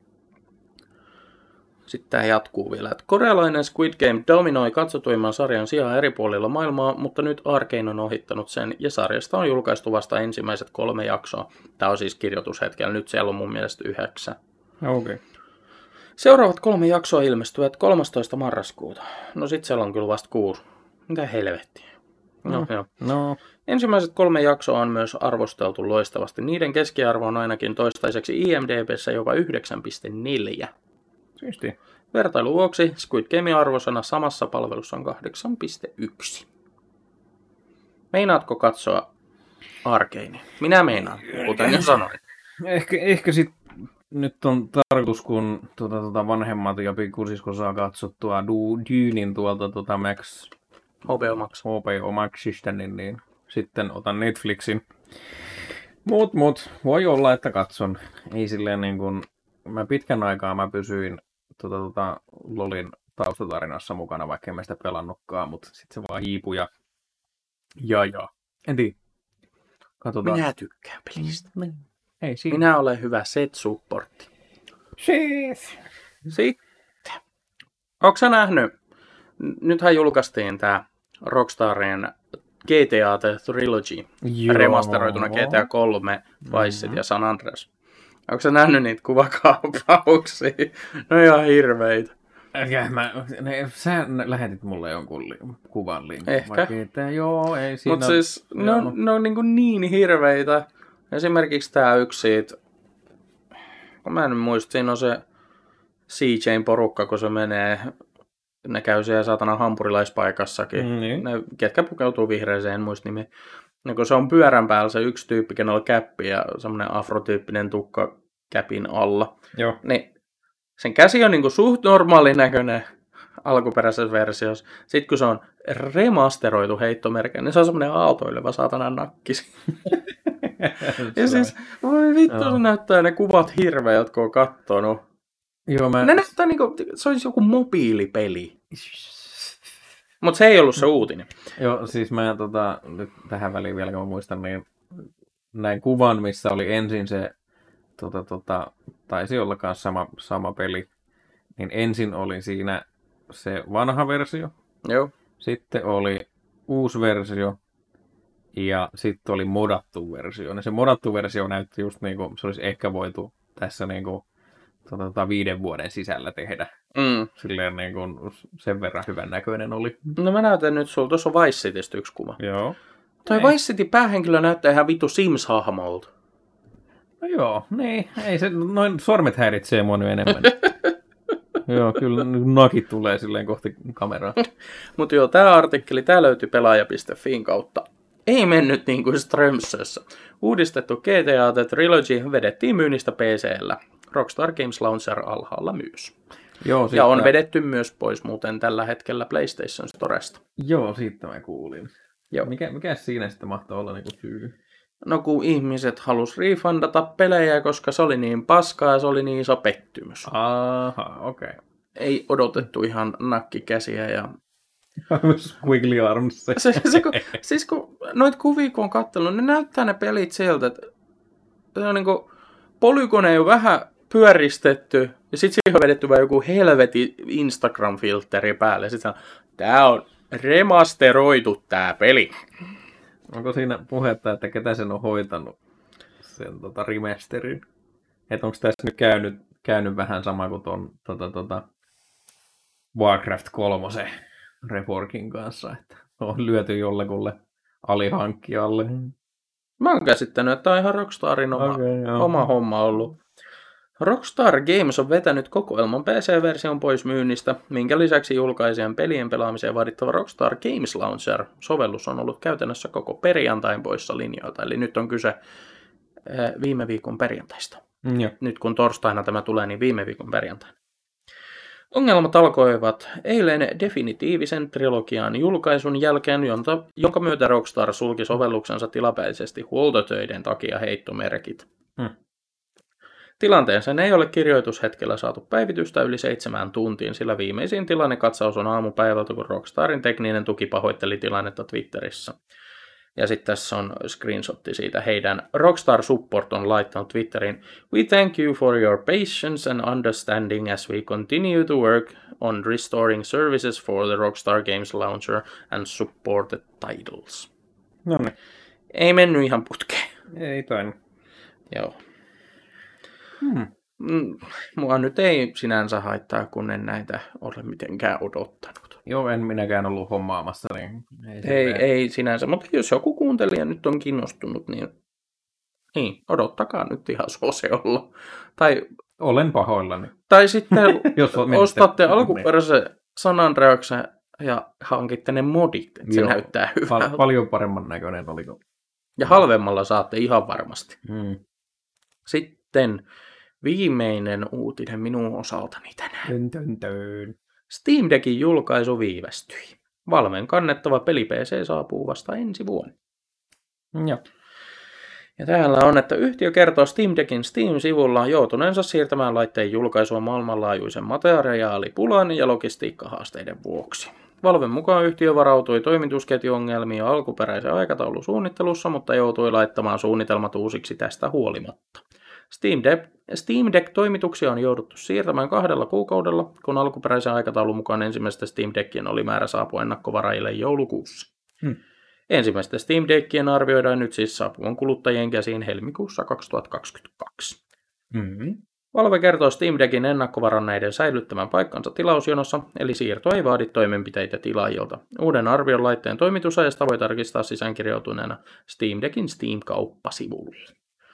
Sitten tämä jatkuu vielä, että korealainen Squid Game dominoi katsotuimman sarjan sijaan eri puolilla maailmaa, mutta nyt Arkane on ohittanut sen ja sarjasta on julkaistu vasta ensimmäiset kolme jaksoa. Tämä on siis kirjoitushetkellä, nyt siellä on mun mielestä yhdeksän. Okei. Okay. Seuraavat kolme jaksoa ilmestyvät kolmastoista marraskuuta. No sit siellä on kyllä vasta kuusi. Mitä helvettiä. No, No. joo. No. Ensimmäiset kolme jaksoa on myös arvosteltu loistavasti. Niiden keskiarvo on ainakin toistaiseksi I M D B:ssä jopa yhdeksän pilkku neljä. Siistiä. Vertailun vuoksi Squid Game arvosana samassa palvelussa on kahdeksan pilkku yksi. Meinaatko katsoa Arkanea? Minä meinaan, kuten jo sanoin. Ehkä, ehkä sit nyt on tarkoitus, kun tuota, tuota vanhemmat ja pikkusisko saa katsottua du, Dynin tuolta tuota Max, H B O Max. H B O Maxista, niin, niin sitten otan Netflixin. Mut, mut, voi olla, että katson. Ei silleen niin kuin, mä pitkän aikaa mä pysyin tuota, tuota, LOLin taustatarinassa mukana, vaikka en mä sitä pelannutkaan, mutta sitten se vaan hiipui ja ja, ja. En tiedä. Katsotaan. Minä tykkään pelistä. Ei siinä. Minä olen hyvä set-supportti. Siis. Sitten. Ootko sä nähnyt? Nythän julkaistiin tää Rockstarien G T A The Trilogy. Joo. Remasteroituna G T A kolme, Vice City ja San Andreas. Onko sä nähnyt niitä kuvakaapauksia? No ihan hirveitä. Ja mä, ne, sä lähetit mulle jonkun li, kuvan linkun. Ehkä. Vaikka, että joo, ei siinä... Mutta siis ne on, ne on niin, niin hirveitä. Esimerkiksi tää yksi siitä, kun mä en muista, siinä on se C J:n porukka, kun se menee, ne käy siellä saatana hampurilaispaikassakin. Mm, niin. Ne, ketkä pukeutuu vihreeseen, en muista nimiä. Ja kun se on pyörän päällä se yksi tyyppi, kenellä on käppi ja semmoinen afrotyyppinen tukka käpin alla. Joo. Niin sen käsi on niinku suht normaalin näköinen alkuperäisessä versiossa. Sitten kun se on remasteroitu heittomerkki, niin se on semmoinen aaltoileva saatana nakkis. Ja siis, voi vittu, se näyttää ne kuvat hirveältä, kun on kattonut. Joo, mä... Ne näyttää niinku, se olisi joku mobiilipeli. Mutta se ei ollut se uutinen. Joo, siis mä tota, nyt tähän väliin vielä, kun mä muistan, niin näin kuvan, missä oli ensin se, tota, tota, taisi olla myös sama, sama peli, niin ensin oli siinä se vanha versio, Joo. sitten oli uusi versio, ja sitten oli modattu versio. Ja se modattu versio näytti just niin kuin se olisi ehkä voitu tässä niin kuin, tota, tota, viiden vuoden sisällä tehdä. Mm. Silleen niin kuin sen verran hyvän näköinen oli. No mä näytän nyt sulla, tuossa on Vice Citystä yksi kuva. Joo. Toi Ei. Vice City päähenkilö näyttää ihan vittu Sims-hahmolta. No joo, niin. Ei se, noin sormet häiritsee mua nyt enemmän. Joo, kyllä nakit tulee silleen kohti kameraa. Mutta joo, tää artikkeli, tää löytyy pelaaja piste fiin kautta. Ei mennyt niin kuin Strömsössä. Uudistettu G T A The Trilogy vedettiin myynnistä P C:llä. Rockstar Games Launcher alhaalla myös. Joo, Ja on siitä- vedetty myös pois muuten tällä hetkellä PlayStation Storesta. Joo, siitä mä kuulin. Joo. Mikä, mikä siinä sitten mahtoi olla niinku syy? No kun ihmiset halus refundata pelejä, koska se oli niin paskaa ja se oli niin iso pettymys. Aha, okei. Okay. Ei odotettu ihan nakkikäsiä ja... Squiggly arms. Se, se, kun, siis kun noit kuvia kun on katsellut, ne näyttää ne pelit sieltä, että se on niinku, polykone ei ole vähän pyöristetty ja sit siihen on vedetty vaan joku helveti Instagram-filtteri päälle. Sitten on, tää on remasteroitu tää peli. Onko siinä puhetta, että ketä sen on hoitanut sen tota, remasterin? Että onko tässä nyt käynyt, käynyt vähän sama kuin ton tota, tota, Warcraft kolme reworkin kanssa, että on lyöty jollekulle alihankkijalle. Mä oon käsittänyt, että tää on ihan Rockstarin oma, Okei, joo. oma homma ollut. Rockstar Games on vetänyt kokoelman P C-version pois myynnistä, minkä lisäksi julkaisijan pelien pelaamiseen vaadittava Rockstar Games Launcher-sovellus on ollut käytännössä koko perjantain poissa linjoilta. Eli nyt on kyse eh, viime viikon perjantaista. Mm, joo. Nyt kun torstaina tämä tulee, niin viime viikon perjantaina. Ongelmat alkoivat eilen definitiivisen trilogian julkaisun jälkeen, jonta, jonka myötä Rockstar sulki sovelluksensa tilapäisesti huoltotöiden takia heittomerkit. Hmm. Tilanteeseen ei ole kirjoitushetkellä saatu päivitystä yli seitsemään tuntiin, sillä viimeisin tilannekatsaus on aamupäivältä, kun Rockstarin tekninen tuki pahoitteli tilannetta Twitterissä. Ja sitten tässä on screenshotti siitä. Heidän Rockstar Support on laittanut Twitterin: "We thank you for your patience and understanding as we continue to work on restoring services for the Rockstar Games Launcher and supported titles." No niin. Ei mennyt ihan putkeen. Ei tainnut. Joo. Hmm. Mm, Mua nyt ei sinänsä haittaa, kun en näitä ole mitenkään odottanut. Joo, en minäkään ollut hommaamassa. Niin ei, Ei, silleen- ei sinänsä, mutta jos joku kuuntelija nyt on kiinnostunut, niin, niin odottakaa nyt ihan suosiolla. Tai, Olen pahoillani. tai sitten Jos menette- ostatte niin. alkuperäisen San Andreaksen ja hankitte ne modit, että se Joo. näyttää Pal- hyvältä. paljon paremman näköinen oliko. Ja halvemmalla saatte ihan varmasti. Mm. Sitten viimeinen uutinen minun osaltani tänään. Tön, tön, tön. Steam Deckin julkaisu viivästyi. Valven kannettava peli P C saapuu vasta ensi vuonna. Joo. Ja täällä on, että yhtiö kertoo Steam Deckin Steam-sivulla joutuneensa siirtämään laitteen julkaisua maailmanlaajuisen materiaalipulan ja logistiikkahaasteiden vuoksi. Valven mukaan yhtiö varautui toimitusketjuongelmiin alkuperäisen aikataulusuunnittelussa, mutta joutui laittamaan suunnitelmat uusiksi tästä huolimatta. Steam, De- Steam Deck-toimituksia on jouduttu siirtämään kahdella kuukaudella, kun alkuperäisen aikataulun mukaan ensimmäistä Steam Deckien oli määrä saapua ennakkovaraajille joulukuussa. Hmm. Ensimmäistä Steam Deckien arvioidaan nyt siis saapuvan kuluttajien käsiin helmikuussa kaksituhattakaksikymmentäkaksi. Mm-hmm. Valve kertoo Steam Deckin ennakkovaranneiden säilyttämään paikkansa tilausjonossa, eli siirto ei vaadi toimenpiteitä tilaajilta. Uuden arvion laitteen toimitusajasta voi tarkistaa sisäänkirjautuneena Steam Deckin Steam-kauppasivulla.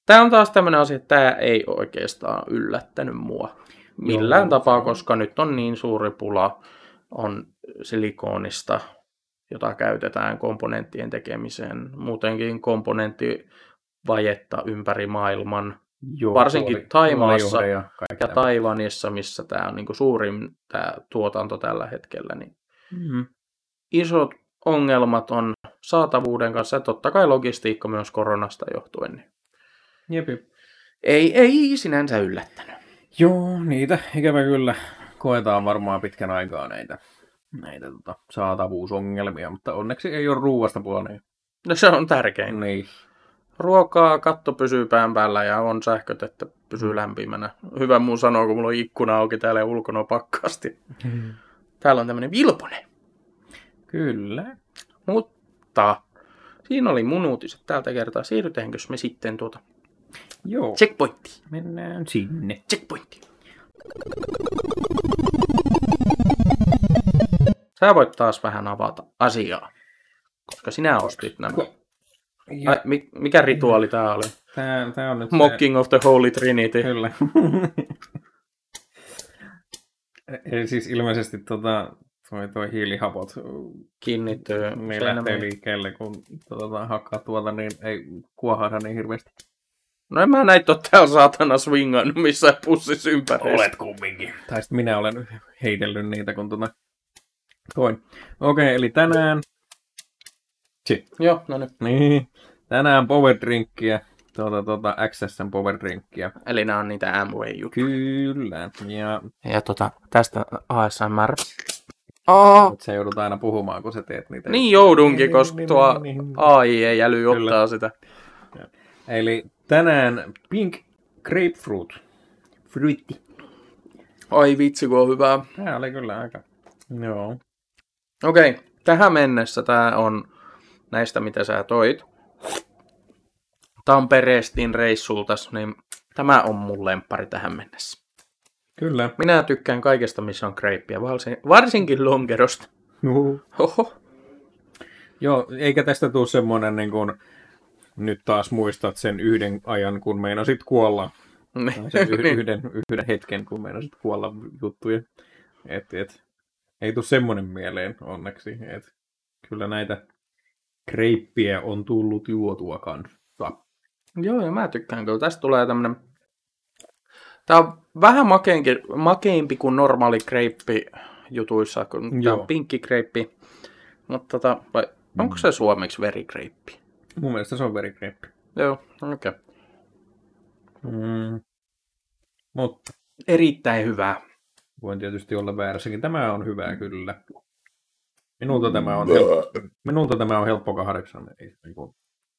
Tämä on taas tämmöinen asia, että tämä ei oikeastaan yllättänyt mua millään Joo, tapaa, se on. koska nyt on niin suuri pula on silikoonista, jota käytetään komponenttien tekemiseen. Muutenkin komponenttivajetta ympäri maailman, Joo, varsinkin puoli- Thaimaassa puolijohde ja ja kaikkea. Taiwanissa, missä tämä on niin kuin suurin tämä tuotanto tällä hetkellä, niin Mm. isot ongelmat on saatavuuden kanssa ja totta kai logistiikka myös koronasta johtuen. Niin Jepi. ei, ei sinänsä yllättänyt. Joo, niitä ikävä kyllä koetaan varmaan pitkän aikaa näitä, näitä tota, saatavuusongelmia, mutta onneksi ei ole ruuasta puoleen. No se on tärkein. Niin. Ruokaa, katto pysyy pään päällä ja on sähköt, että pysyy lämpimänä. Hyvä mun sanoo, kun mulla on ikkuna auki täällä ja ulkona on pakkasti. Täällä on tämmönen vilponen. Kyllä. Mutta siinä oli mun uutiset tältä kertaa. Siirrytäänkö me sitten tuota Joo. checkpointtiin? Mennään sinne. Checkpointtiin. Sä voit taas vähän avata asiaa, koska sinä ostit nämä. Ai, mi- mikä rituaali tää oli? Tää, tää on nyt Mocking of the Holy Trinity. se... Kyllä. Eli siis ilmeisesti tota, toi, toi hiilihapot Kiinnittyy. niin lähtee liikkeelle, kun tota, hakkaa tuolta, niin ei kuohahda niin hirveästi. No en mä näitä ole täällä saatana swingannut missään pussissa ympärissä. kumminkin. Tai sitten minä olen heitellyt niitä, kun tota toin. Okei, okay, eli tänään... Si. Joo, no nyt. Niin. Tänään power drinkkiä. Tuota, tuota, X S:n power drinkkiä. Eli nämä on niitä Amway-juttuja. Kyllä. Ja Ja tota, tästä A S M R. Oh. mut sä joudut aina puhumaan, kun sä teet niitä. Niin joudunkin, Niin, koska niin, tuo niin, niin. A I ei äly Kyllä. ottaa sitä. Eli tänään pink grapefruit. Fruitti. Ai vitsi, kun on hyvää. Tää oli kyllä aika... Joo. Okei, okay, tähän mennessä tää on näistä, mitä sä toit. Tampereestin reissultas, niin tämä on mun lemppari tähän mennessä. Kyllä. Minä tykkään kaikesta, missä on greippiä, varsinkin lonkerosta. Uhu. Oho. Joo, eikä tästä tule semmoinen, niin kuin, nyt taas muistat sen yhden ajan, kun meinasit kuolla. Tai sen y- yhden, yhden hetken, kun meinasit kuolla juttuja. Et, et, ei tule semmoinen mieleen onneksi. Et, kyllä näitä kreippiä on tullut juotua kanssa. Joo, ja mä tykkään kyllä. Tästä tulee tämmönen... Tää on vähän makeinkin, makeimpi kuin normaali kreippi jutuissa, kun tää Joo. on pinkki kreippi. Mutta tota, vai, onko se suomeksi verikreippi? Mun mielestä se on verikreippi. Joo, okei. Okay. Mm. Mutta Erittäin hyvää. voin tietysti olla väärässäkin. Tämä on hyvää kyllä. Minulta tämä on helppo, minulta tämä on helppo kahdeksan. Ei, ei kun-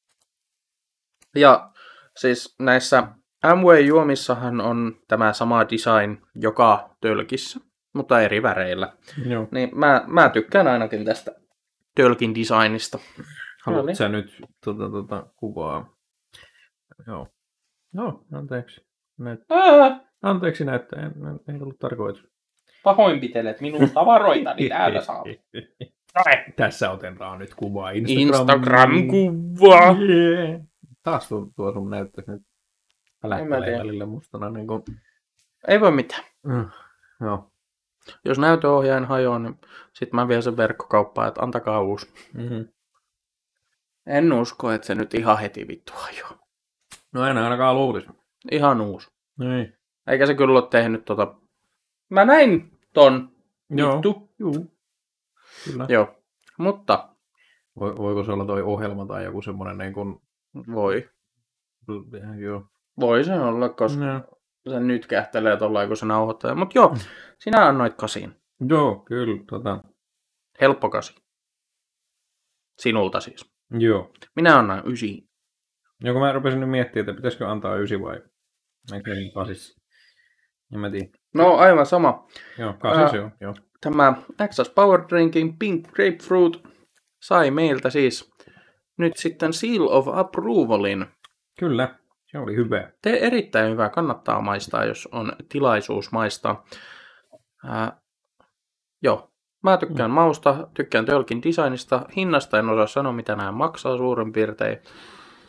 Ja siis näissä Amway-juomissahan on tämä sama design joka tölkissä, mutta eri väreillä. Joo. Niin mä, mä tykkään ainakin tästä tölkin designista. Haluatko niin. sä nyt tota, tota, kuvaa? Joo. Joo, anteeksi. Näyt... Ää, Anteeksi näyttää, en, en, ei ollut tarkoitus. pahoinpitelet minun tavaroitani täällä saa. Noin. Tässä otetaan nyt kuvaa Instagramiin. Instagram-kuva. Yeah. Taas tuo, tuo sun näyttös nyt En mä lähtelee tiedä. välillä mustana. Niin kuin... Ei voi mitään. mm. Joo. Jos näytöohjaajan hajoaa, niin sit mä vien sen verkkokauppaan, että antakaa uusi. Mm-hmm. En usko, että se nyt ihan heti vittu hajoaa. No en ainakaan luulisi. Ihan uusi. Ei. Eikä se kyllä ole tehnyt tota... Mä näin ton Joo. vittu. Juu. Kyllä. Joo. Mutta Vo, voiko se olla toi ohjelma tai joku semmoinen niin kuin... voi. Joo. Voi se olla, koska No. se nyt kähtelee tollain, kun se nauhoittaa. Mut joo, sinä annoit kasin. Joo, kyllä. Tota... Helppo kasi. Sinulta siis. Joo. Minä annan ysi. Ja kun mä rupesin nyt miettimään, että pitäisikö antaa ysi vai... Eikö niin kasissa? En mä tiedä. No aivan sama. Joo, kasis Ää, joo. joo. Tämä X S Power Drinking Pink Grapefruit sai meiltä siis nyt sitten Seal of Approvalin. Kyllä, se oli hyvä. Te erittäin hyvä, kannattaa maistaa, jos on tilaisuus maistaa. Ää, joo, mä tykkään mm. mausta, tykkään tölkin designista, hinnasta en osaa sanoa mitä nämä maksaa suurin piirtein.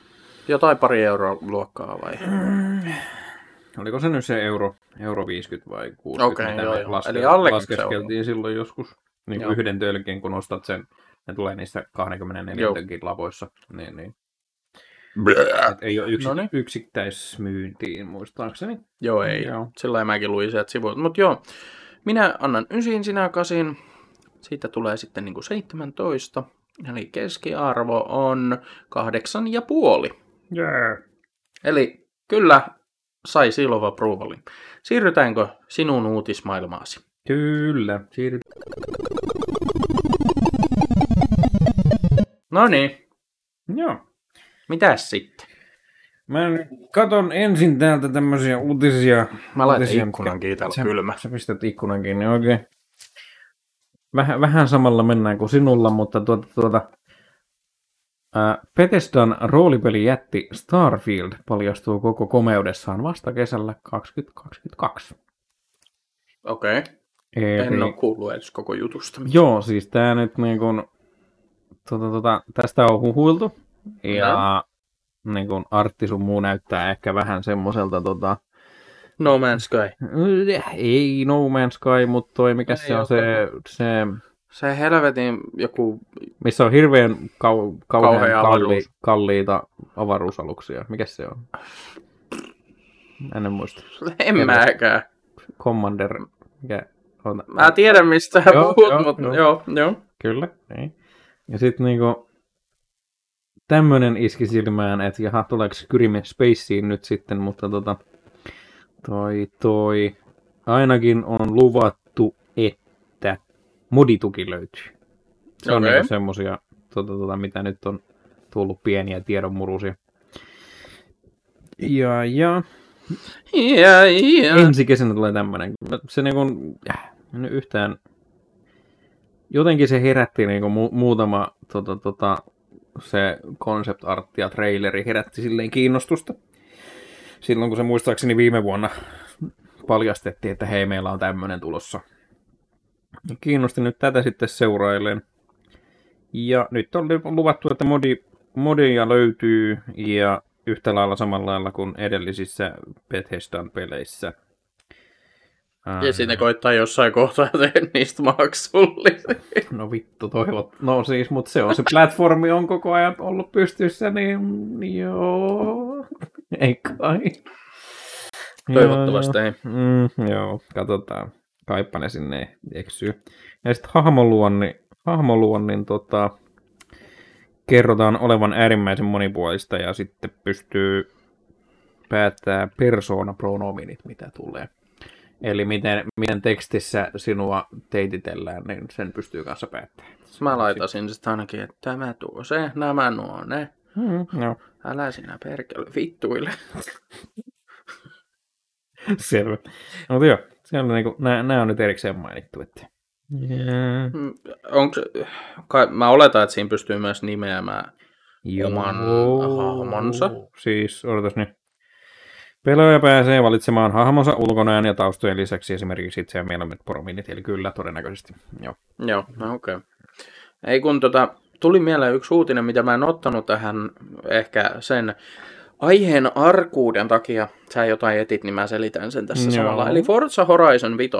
jotain pari euroa luokkaa vai? Oliko se nyt se euro, euro viisikymmentä vai kuusikymmentä, Okei, mitä joo, me joo. laske, Eli alle laskeskeltiin silloin joskus. Niin Joo. yhden tölkin, kun ostat sen, ne tulee niissä kaksikymmentäneljä Joo. tölkin lavoissa. Niin, niin. Blää. Et ei ole yksi, Noniin. yksittäismyyntiin, muistaakseni. Joo, ei. Joo. Sillä mäkin luin sieltä sivuilta. Mutta joo, minä annan ysin, sinä kasin. Siitä tulee sitten niinku seitsemäntoista. Eli keskiarvo on kahdeksan ja puoli. Yeah. Eli kyllä sai Seal of Approvalin. Siirrytäänkö sinun uutismaailmaasi? Kyllä. Siirryt. No niin, Joo. mitäs sitten? Mä nyt katon ensin täältä tämmöisiä uutisia. Mä laitan uutisia, ikkunan kiinni, täällä sä, on kylmä. Sä pistät ikkunan kiinni, oikein. Okay. Vähän, vähän samalla mennään kuin sinulla, mutta tuota, tuota ää, Bethesdan roolipelijätti Starfield paljastuu koko komeudessaan vasta kesällä kaksituhattakaksikymmentäkaksi. Okei, okay. Eli, en ole kuullut edes koko jutusta. joo, siis tää nyt niin kun, tuota, tuota, tästä on huhuiltu, ja niin kun artti sun muu näyttää ehkä vähän semmoiselta, tota, No Man's Sky. ei No Man's Sky, mutta toi mikä Ei se on oo se, se, Se helvetin joku... missä on hirveän kau, kauhean Kauhea kalli, avaruus. kalliita avaruusaluksia. Mikä se on? En muista. En Ei mäkään. Commander, mikä on? Mä tiedän mistä sä Joo, puhut, joo, mutta joo. joo, joo. Kyllä, niin. Ja sitten niinku tämmönen iski silmään, että jaha, tuleeko Kyrimme Spaceen nyt sitten, mutta tota, toi, toi, ainakin on luvattu, että modituki löytyy. Se on Okei. niinku semmosia, tota, tota, mitä nyt on tullut pieniä tiedonmurusia. Ja, ja Ja, ja. ensi kesänä tulee tämmönen. Se niinku, äh, nyt yhtään, jotenkin se herätti niinku mu- muutama tota, tota, se concept art ja traileri herätti silleen kiinnostusta. Silloin kun se muistaakseni viime vuonna paljastettiin, että hei, meillä on tämmönen tulossa. Kiinnosti nyt tätä sitten seurailen. Ja nyt on luvattu, että modi, modia löytyy ja yhtä lailla samalla lailla kuin edellisissä Bethesdan peleissä. Ja sitten koittaa jossain kohtaa tehdä niistä maksullisia. No vittu toivot. No siis, mutta se on se platformi on koko ajan ollut pystyssä, niin joo. Ei kai. Toivottavasti ei. Mm, joo, katsotaan. Kaipa ne sinne eksyy. Ja sitten hahmoluonnin, hahmoluonnin tota, kerrotaan olevan äärimmäisen monipuolista ja sitten pystyy päättää persoonapronominit, mitä tulee. Eli miten, miten tekstissä sinua teititellään, niin sen pystyy kanssa päättämään. Mä laitasin sitten ainakin, että tämä tuo se, nämä nuo ne. Mm, no, Älä sinä perkele vittuille. selvä. Mutta joo, siellä niinku, nämä on nyt erikseen mainittu. Että... Yeah. Mm, Onks, kai, mä oletan, että siinä pystyy myös nimeämään oman hahmonsa. Siis, odotas nyt. Pelaaja pääsee valitsemaan hahmonsa ulkonäön ja taustojen lisäksi esimerkiksi itseään mieluummin prominit, eli kyllä todennäköisesti. Joo. Joo, no okei. Okay. Ei kun tota, tuli mieleen yksi uutinen, mitä mä en ottanut tähän ehkä sen aiheen arkuuden takia. Sä jotain etit, niin mä selitän sen tässä Joo. samalla. Eli Forza Horizon viisi.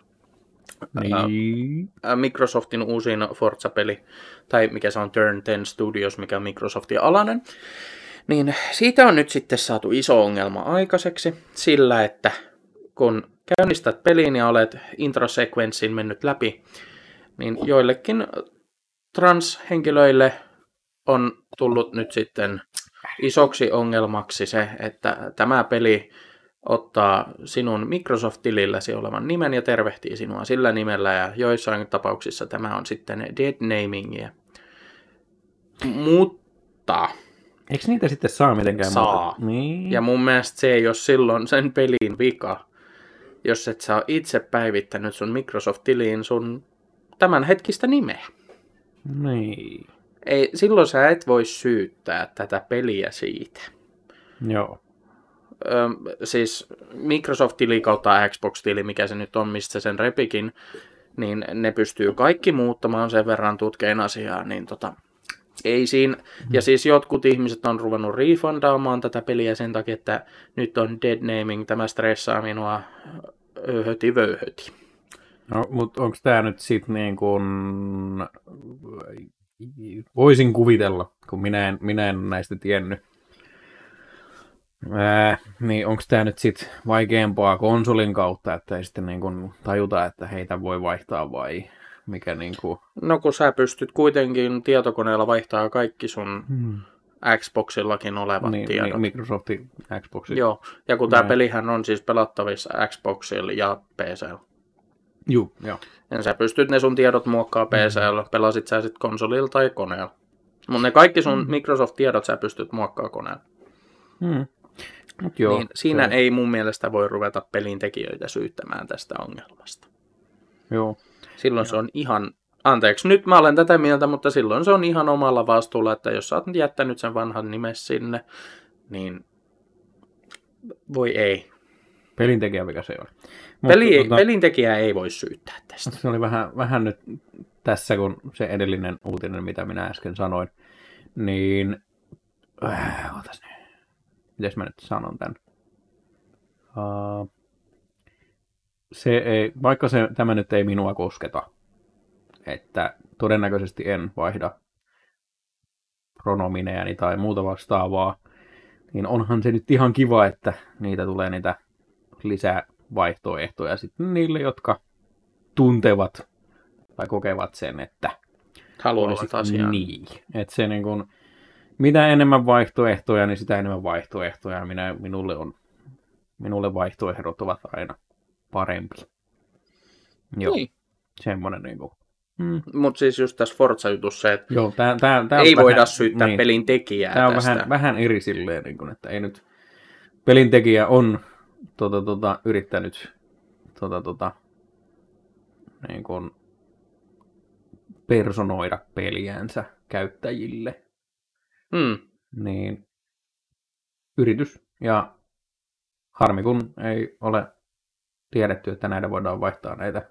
Niin. Microsoftin uusin Forza-peli, tai mikä se on Turn ten Studios, mikä on Microsoftin alainen, niin siitä on nyt sitten saatu iso ongelma aikaiseksi sillä, että kun käynnistät pelin ja olet introsekvenssin mennyt läpi, niin joillekin transhenkilöille on tullut nyt sitten isoksi ongelmaksi se, että tämä peli ottaa sinun Microsoft-tililläsi olevan nimen ja tervehtii sinua sillä nimellä, ja joissain tapauksissa tämä on sitten dead namingia. Mutta Eikö niitä sitten saa mitenkään Saa. muuta? Niin. ja mun mielestä se ei ole silloin sen pelin vika, jos et sä ole itse päivittänyt sun Microsoft-tiliin sun tämänhetkistä nimeä. Niin. Ei, silloin sä et voi syyttää tätä peliä siitä. Joo. Ö, siis Microsoft-tili kautta Xbox-tili, mikä se nyt on, mistä sen repikin, niin ne pystyy kaikki muuttamaan sen verran tutkein asiaa, niin tota, Ei siinä, ja siis jotkut ihmiset on ruvennut refundaamaan tätä peliä sen takia, että nyt on dead naming, tämä stressaa minua höti vöyhöti. No, mutta onko tämä nyt sitten niin kuin, voisin kuvitella, kun minä en, minä en näistä tiennyt, Ää, niin onko tämä nyt sitten vaikeampaa konsolin kautta, että ei sitten niin kuin tajuta, että heitä voi vaihtaa vai mikä niin kuin... No kun sä pystyt kuitenkin tietokoneella vaihtaa kaikki sun hmm. Xboxillakin olevat niin, tiedot. Niin, Microsoftin Xboxilla. Joo, ja kun tämä pelihän on siis pelattavissa Xboxilla ja P C:llä. Joo, joo. Ja sä pystyt ne sun tiedot muokkaa P C:llä, pelasit sä sitten konsolilla tai koneella. Mutta ne kaikki sun hmm. Microsoft-tiedot sä pystyt muokkaa koneella. Hmm. Mut joo, niin siinä se... ei mun mielestä voi ruveta pelin tekijöitä syyttämään tästä ongelmasta. Joo. Silloin joo. se on ihan, anteeksi, nyt mä olen tätä mieltä, mutta silloin se on ihan omalla vastuulla, että jos sä oot jättänyt sen vanhan nimes sinne, niin voi ei. Pelintekijä mikä se on. Peli, tuota... Pelintekijää ei voi syyttää tästä. Se oli vähän, vähän nyt tässä, kun se edellinen uutinen, mitä minä äsken sanoin, niin... Äh, otas nyt. Mites mä nyt sanon tämän? Uh, se ei, vaikka se, tämä nyt ei minua kosketa, että todennäköisesti en vaihda pronomineani tai muuta vastaavaa, niin onhan se nyt ihan kiva, että niitä tulee niitä lisää vaihtoehtoja sitten niille, jotka tuntevat tai kokevat sen, että haluavat asiaa. Niin, että se niin kuin, mitä enemmän vaihtoehtoja, niin sitä enemmän vaihtoehtoja. Minä, minulle, on, minulle vaihtoehdot ovat aina parempi. Joo, niin. Semmoinen niin kuin. Mm. Mutta siis just tässä Forza-jutussa se, että Joo, tää, tää, tää ei vähän, voida syyttää niin, pelin tekijää tämä on tästä. vähän, vähän eri silleen, niin kuin, että ei nyt, pelin tekijä on tota, tota, yrittänyt tota, tota, niin kuin, personoida peliänsä käyttäjille. Mm. Niin yritys ja harmi kun ei ole tiedetty, että näitä voidaan vaihtaa näitä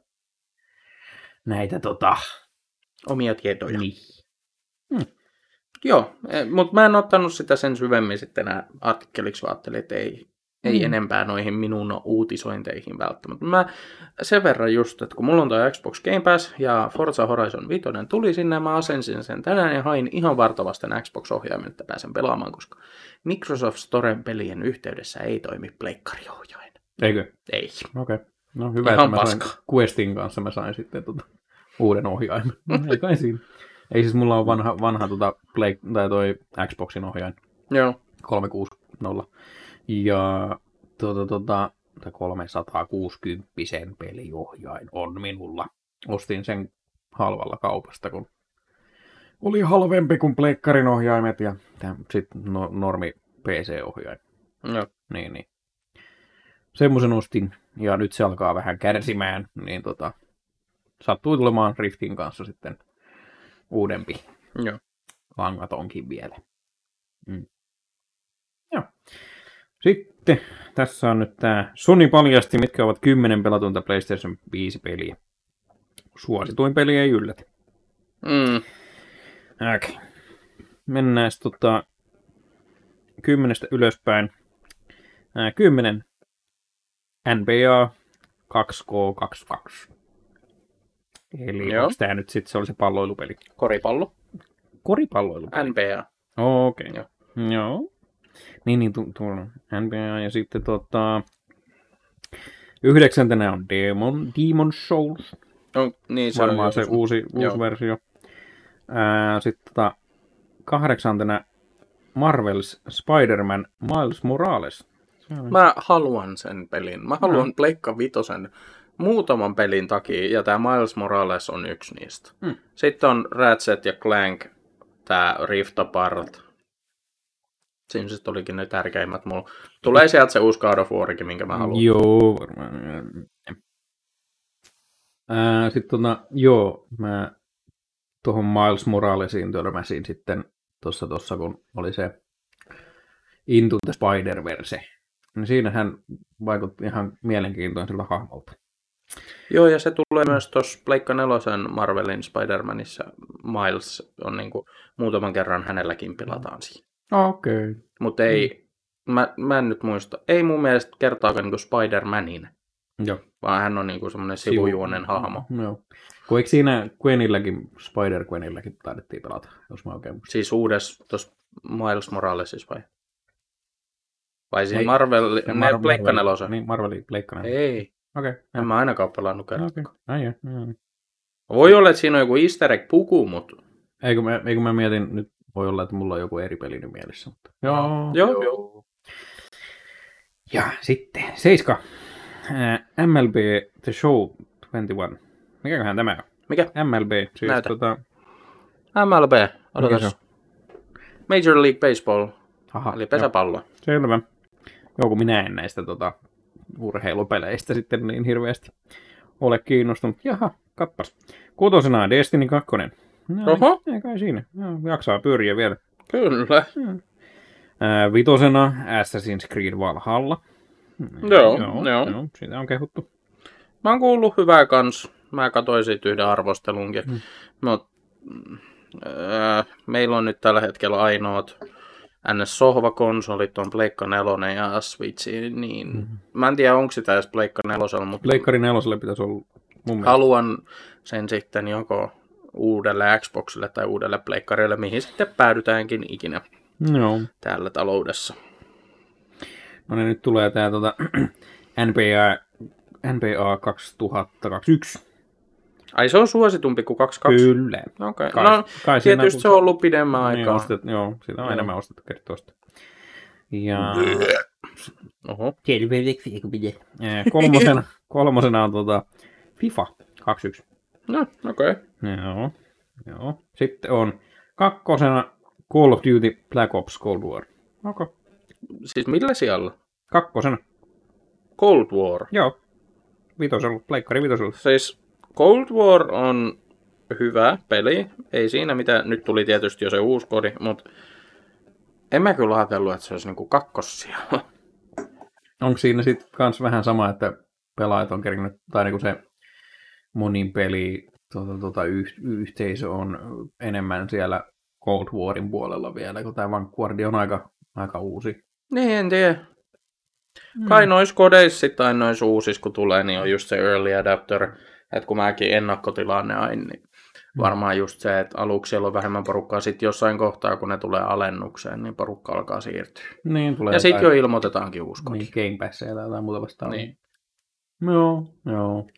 näitä tota omia tietoja. Niin. Hmm. Joo, mutta mä en ottanut sitä sen syvemmin sitten enää artikkeliksi, ajattelin, että ei, ei mm. enempää noihin minun uutisointeihin välttämättä. Mä sen verran just, että kun mulla on toi Xbox Game Pass ja Forza Horizon viisi tuli sinne, mä asensin sen tänään ja hain ihan vartavasti Xbox-ohjaimen, että pääsen pelaamaan, koska Microsoft Storen pelien yhteydessä ei toimi pleikkariohjain. Eikö? Ei. Okei. Okay. No hyvä, ihan että mä paska. sain Questin kanssa mä sain sitten tuota uuden ohjaimen. Ei kai siinä. Ei siis mulla on vanha, vanha tuota Play, tai toi Xboxin ohjain. Joo. kolmesataakuusikymmentä. Ja tuota, tuota, kolmesataakuusikymmentä peliohjain on minulla. Ostin sen halvalla kaupasta, kun oli halvempi kuin pleikkarin ohjaimet ja sitten no, normi P C-ohjain. Joo. Niin, niin. Semmoisen ostin ja nyt se alkaa vähän kärsimään, niin tota, sattui tulemaan Riftin kanssa sitten uudempi. Joo. Langatonkin vielä. Mm. Joo. Sitten tässä on nyt tämä Sony paljasti, mitkä ovat kymmenen pelatunta PlayStation viisi peliä. Suosituin peli ei yllätä. Mm. Okay. Mennään tota kymmenestä ylöspäin. Ää, kymmenen N B A kaksi K kaksikymmentäkaksi. Eli onko tämä nyt sitten se oli se palloilupeli? Koripallo. Koripalloilupeli. N B A. Okei. Okay. Joo. Joo. Niin, niin tu- tuolla N B A ja sitten tota yhdeksäntenä on Demon, Demon Souls. No, niin se varmaan on se uusi, uusi versio. Ää, sitten tota kahdeksantena Marvel's Spider-Man Miles Morales. Mä haluan sen pelin. Mä haluan no. Pleikka Vitosen muutaman pelin takia, ja tää Miles Morales on yksi niistä. Hmm. Sitten on Ratchet ja Clank, tää Rift Apart. Siinä sitten olikin ne tärkeimmät mulla. Tulee sieltä se uusi God of Warkin, minkä mä haluan. Joo, varmaan. Ää, sitten tota, joo, mä tuohon Miles Moralesiin törmäsin sitten tuossa, tossa, kun oli se Into the Spider-Verse. Niin siinä hän vaikutti ihan mielenkiintoiselta hahmolta. Joo, ja se tulee myös tuossa Pleikka nelosen Marvelin Spider-Manissa. Miles on niinku muutaman kerran hänelläkin pelataan siinä. Okei. Okay. Mutta ei, mm. mä, mä en nyt muista, ei mun mielestä kertaakaan niinku Spider-Manin, Joo. vaan hän on niinku semmoinen sivujuonen Sivu. hahmo. Joo. Kun eikö siinä Gwenilläkin, Spider-Gwenilläkin taidettiin pelata, jos mä oikein muistan. Siis uudessa, tuossa Miles Moralesissa vai? Vai siinä Ei, Marvel, se ne Mar- Pleikka Marvel- nelosen? Niin, Marvelin Pleikka nelosen. Ei, Okei. en mä ainakaan pelannut Okei. kertaa. Ai joo. Ai, joo. Voi olla, että siinä on joku easter egg puku, mutta... Eikö mä, eikö mä mietin, nyt voi olla, että mulla on joku eri peli nyt mielessä. Mutta... Joo, Joo, joo. Ja sitten Seiska. Ää, M L B The Show kaksikymmentäyksi. Mikäköhän tämä on? Mikä? M L B. Siis Näytä. tota... M L B, Mikä se odotas. Major League Baseball, Aha, eli pesäpallo. joo, selvä. Joo, kun minä en näistä tota, urheilupeleistä sitten niin hirveästi ole kiinnostunut. Jaha, kappas. Kutosena on Destiny kaksi. No, Oho. ei kai siinä. No, jaksaa pyöriä vielä. Kyllä. Ää, vitosena Assassin's Creed Valhalla. Hmm, Joo, joo, joo. joo, sitä on kehuttu. Mä oon kuullut hyvää kans. Mä katsoin siitä yhden arvostelunkin. Mm. Mut, äh, meillä on nyt tällä hetkellä ainoat N S-sohvakonsolit on Pleikka nelonen ja Switch, niin Mm. mä en tiedä onko sitä edes Pleikka nelosella, mutta Pleikkari neloselle pitäisi olla mun mielestä. haluan sen sitten joko uudelle Xboxille tai uudelle Pleikkarille, mihin sitten päädytäänkin ikinä Joo. täällä taloudessa. No niin, nyt tulee tää tota, N B A, N B A kaksituhattakaksikymmentäyksi. Ai se on suositumpi kuin kaksikymmentäkaksi? Kyllä. Okei. Kai- No kai siinä tietysti kun- se on ollut pidemmän Niin, aikaa. ostet, joo, sitä on Joo. enemmän ostettu kertoista. Ja Oho. ää, kolmosena, kolmosena on tota FIFA kaksikymmentäyksi. No, okei. Okay. Joo, joo. Sitten on kakkosena Call of Duty Black Ops Cold War. Okay. Siis millä siellä? Kakkosena. Cold War. Joo. Vitosella, pleikkari vitosella. Siis Cold War on hyvä peli. Ei siinä mitään. Nyt tuli tietysti jo se uusi kodi, mutta en mä kyllä ajatellut, että se olisi niinku kakkossia. Onko siinä sitten kans vähän sama, että pelaajat on kerinyt, tai niinku se monin peli tuota, tuota, yh, yhteisö on enemmän siellä Cold Warin puolella vielä, kun tämä Vanguard on aika, aika uusi. Niin, en tiedä. Kai noissa kodeissa tai noissa uusissa, kun tulee, niin on just se early adapter. Että kun mäkin ennakkotilaan ne aina, niin varmaan just se, että aluksi siellä on vähemmän porukkaa. Sitten jossain kohtaa, kun ne tulee alennukseen, niin porukka alkaa siirtyä. Niin, tulee Ja sitten jo ilmoitetaankin uusi kodi. niin, Game Passia tai jotain muuta vastaavaa. Niin. Joo, joo.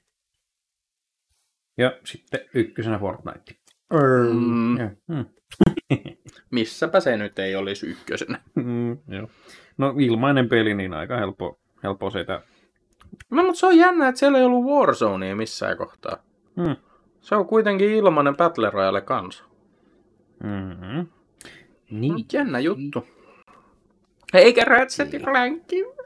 Ja sitten ykkösenä Fortnite. Mm. Ja, mm. Missäpä se nyt ei olisi ykkösenä. Mm, joo. No ilmainen peli, niin aika helppo, helppo sitä. No, mutta se on jännä, että siellä ei ollut Warzonea missään kohtaa. Mm. Se on kuitenkin ilmainen Battle Royale kanssa. Mm-hmm. Niin. Mut jännä juttu. Eikä Ratchet ja Clank.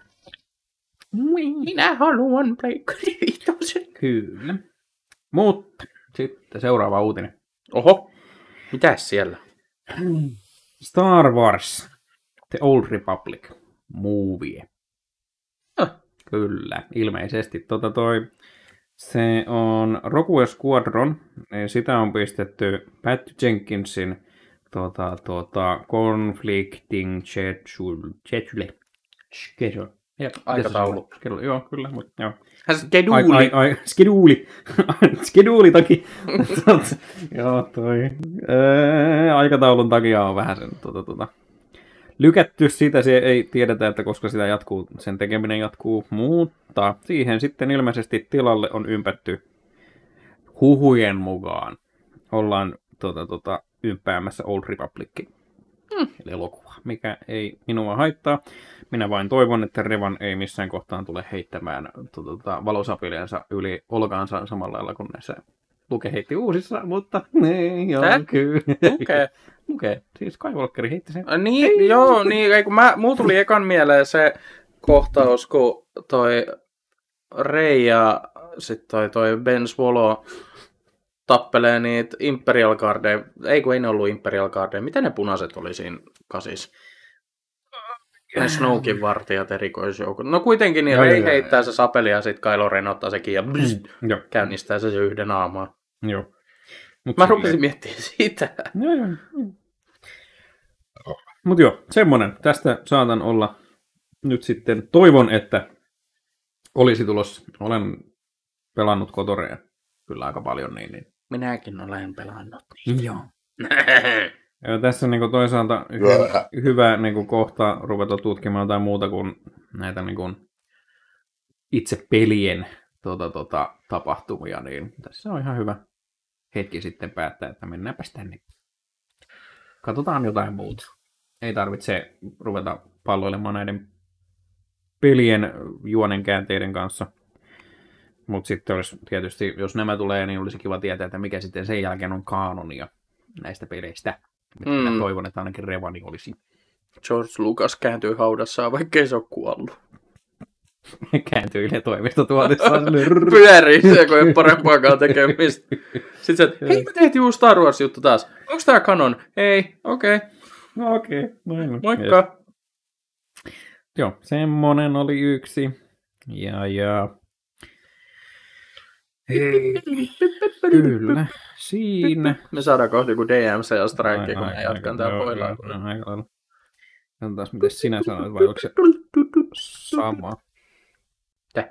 Minä haluan Pleikkari viitosen. Kyllä. Mutta sitten seuraava uutinen. Oho, mitäs siellä? Star Wars The Old Republic movie. Huh. Kyllä, ilmeisesti. Tota toi, se on Rogue Squadron. Sitä on pistetty Pat Jenkinsin tota, tota, Conflicting Schedule. Schedule. Schedule. Jep, Aikataulu. Schedule. Joo, kyllä. Mut, joo. Hän skeduuli. Ai, ai, ai, skeduuli. Skeduuli takia. Joo, toi. Ää, aikataulun takia on vähän sen tota, tota, lykätty sitä. Se ei tiedetä, että koska sitä jatkuu, sen tekeminen jatkuu. Mutta siihen sitten ilmeisesti tilalle on ympätty huhujen mukaan. Ollaan tota, tota, ympäämässä Old Republicin. Hmm. Eli elokuva, mikä ei minua haittaa. Minä vain toivon, että Revan ei missään kohtaan tule heittämään tuota, valosapiliansa yli olkaansa samalla lailla kuin näissä Luke heitti uusissa, mutta ei, joo, Tää? kyllä. Luke. Luke, siis Skywalker heitti sen. Äh, Niin, ei. Joo, niin, ei, kun mä, mulla tuli ekan mieleen se kohtaus, kun toi Rey ja sit toi, toi Ben Swallow tappelee niitä Imperial Guardia. Ei kun ei ne ollut Imperial Guardia. Mitä ne punaiset oli siinä kasissa? Ne Snookin vartijat erikoisjoukot. No kuitenkin niin Joo, Rey joo, heittää joo. se sapeli ja sitten Kylo Ren ottaa sekin ja bzz, Joo. käynnistää se, se yhden aamaan. Joo. Mut Mä silleen- rupesin miettimään sitä. Joo, joo. Mut joo, semmonen. Tästä saatan olla nyt sitten, toivon, että olisi tulossa. Olen pelannut Kotorea kyllä aika paljon, niin, niin. Minäkin olen pelannut. Joo. Ja tässä niin toisaalta hy- hyvä niin kohta ruveta tutkimaan jotain muuta kuin näitä niin kuin itse pelien tota, tota, tapahtumia, niin tässä on ihan hyvä hetki sitten päättää, että mennäänpäs tänne. Katsotaan jotain muuta. Ei tarvitse ruveta palloilemaan näiden pelien juonenkäänteiden kanssa. Mutta sitten olisi tietysti, jos nämä tulee, niin olisi kiva tietää, että mikä sitten sen jälkeen on kaanonia näistä peleistä. Mitä Mm. toivon, että ainakin Revani olisi. George Lucas kääntyy haudassaan, vaikkei se ole kuollut. Kääntyy Yle toimistotuotissaan. Pyörii se, kun ei ole parempaakaan tekemistä. Sitten se, että hei, mä tehtiin uusi Star Wars-juttu taas. Onko tää kanon? Ei, okei. Okay. No okei, okay. No, no. Moikka. Yes. Joo, semmonen oli yksi. Ja ja... Hei, kyllä, siinä. Me saadaan kohta joku D M C ja strike, kun Ai, mä ai, jatkan ai, tää joo, poilaa. joo, joo, aika lailla. Katsotaan, miten sinä sanoit, vai onko se sama? Täh?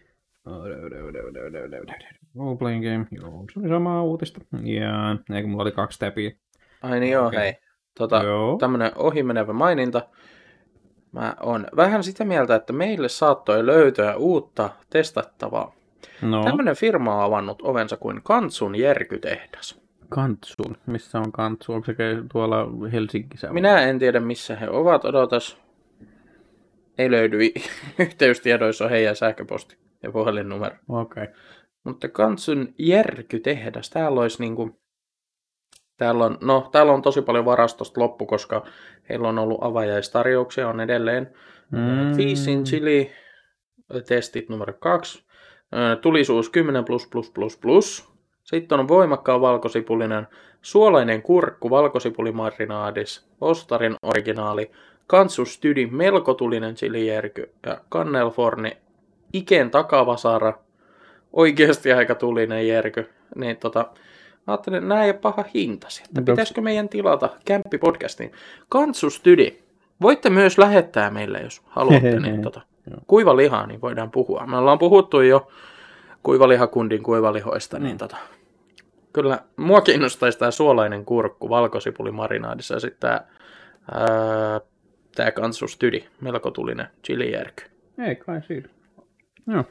Role playing game, joo, se oli samaa uutista. Ja, eikö mulla oli kaksi täpiä. Ai niin joo, Okei. hei. Tota, Joo. tämmönen ohimenevä maininta. Mä oon vähän sitä mieltä, että meille saattoi löytyä uutta testattavaa. No, Tämmönen firma on avannut ovensa kuin Kantsun järkytehdas. Kantsul. Missä on Kantsu? Onko se tuolla Helsingissä? Minä en tiedä, missä he ovat. Odotas. Ei löydy. Yhteystiedoissa on heidän sähköposti ja puhelinnumero. Okei. Okay. Mutta Kantsun järkytehdas. Täällä olisi niinku... Täällä on, no, täällä on tosi paljon varastosta loppu, koska heillä on ollut avajaistarjouksia, on edelleen. Mm. Fiisin chili testit numero kaksi. Tulisuus kymmenen plus plus plus plus. Sitten on voimakkaan valkosipulinen suolainen kurkku valkosipulimarinaadis, Ostarin originaali, Kantsu Stydi melkotulinen chilijärky ja kannelforni, Iken takavasara, oikeasti aika tulinen järky. Niin tota, mä ajattelin, että nämä ei ole paha hintasi, että pitäisikö meidän tilata Kämppi-podcastiin. Kantsu Stydi. Voitte myös lähettää meille, jos haluatte, niin tota, kuiva lihaa, niin voidaan puhua. Me ollaan puhuttu jo kuivalihakundin kuivalihoista, niin tota, kyllä mua kiinnostaisi tämä suolainen kurkku valkosipulimarinaadissa ja sitten tämä, ää, tämä Kantsu Stydi, melko tulinen chilijärky. Ei kai siinä. Joo.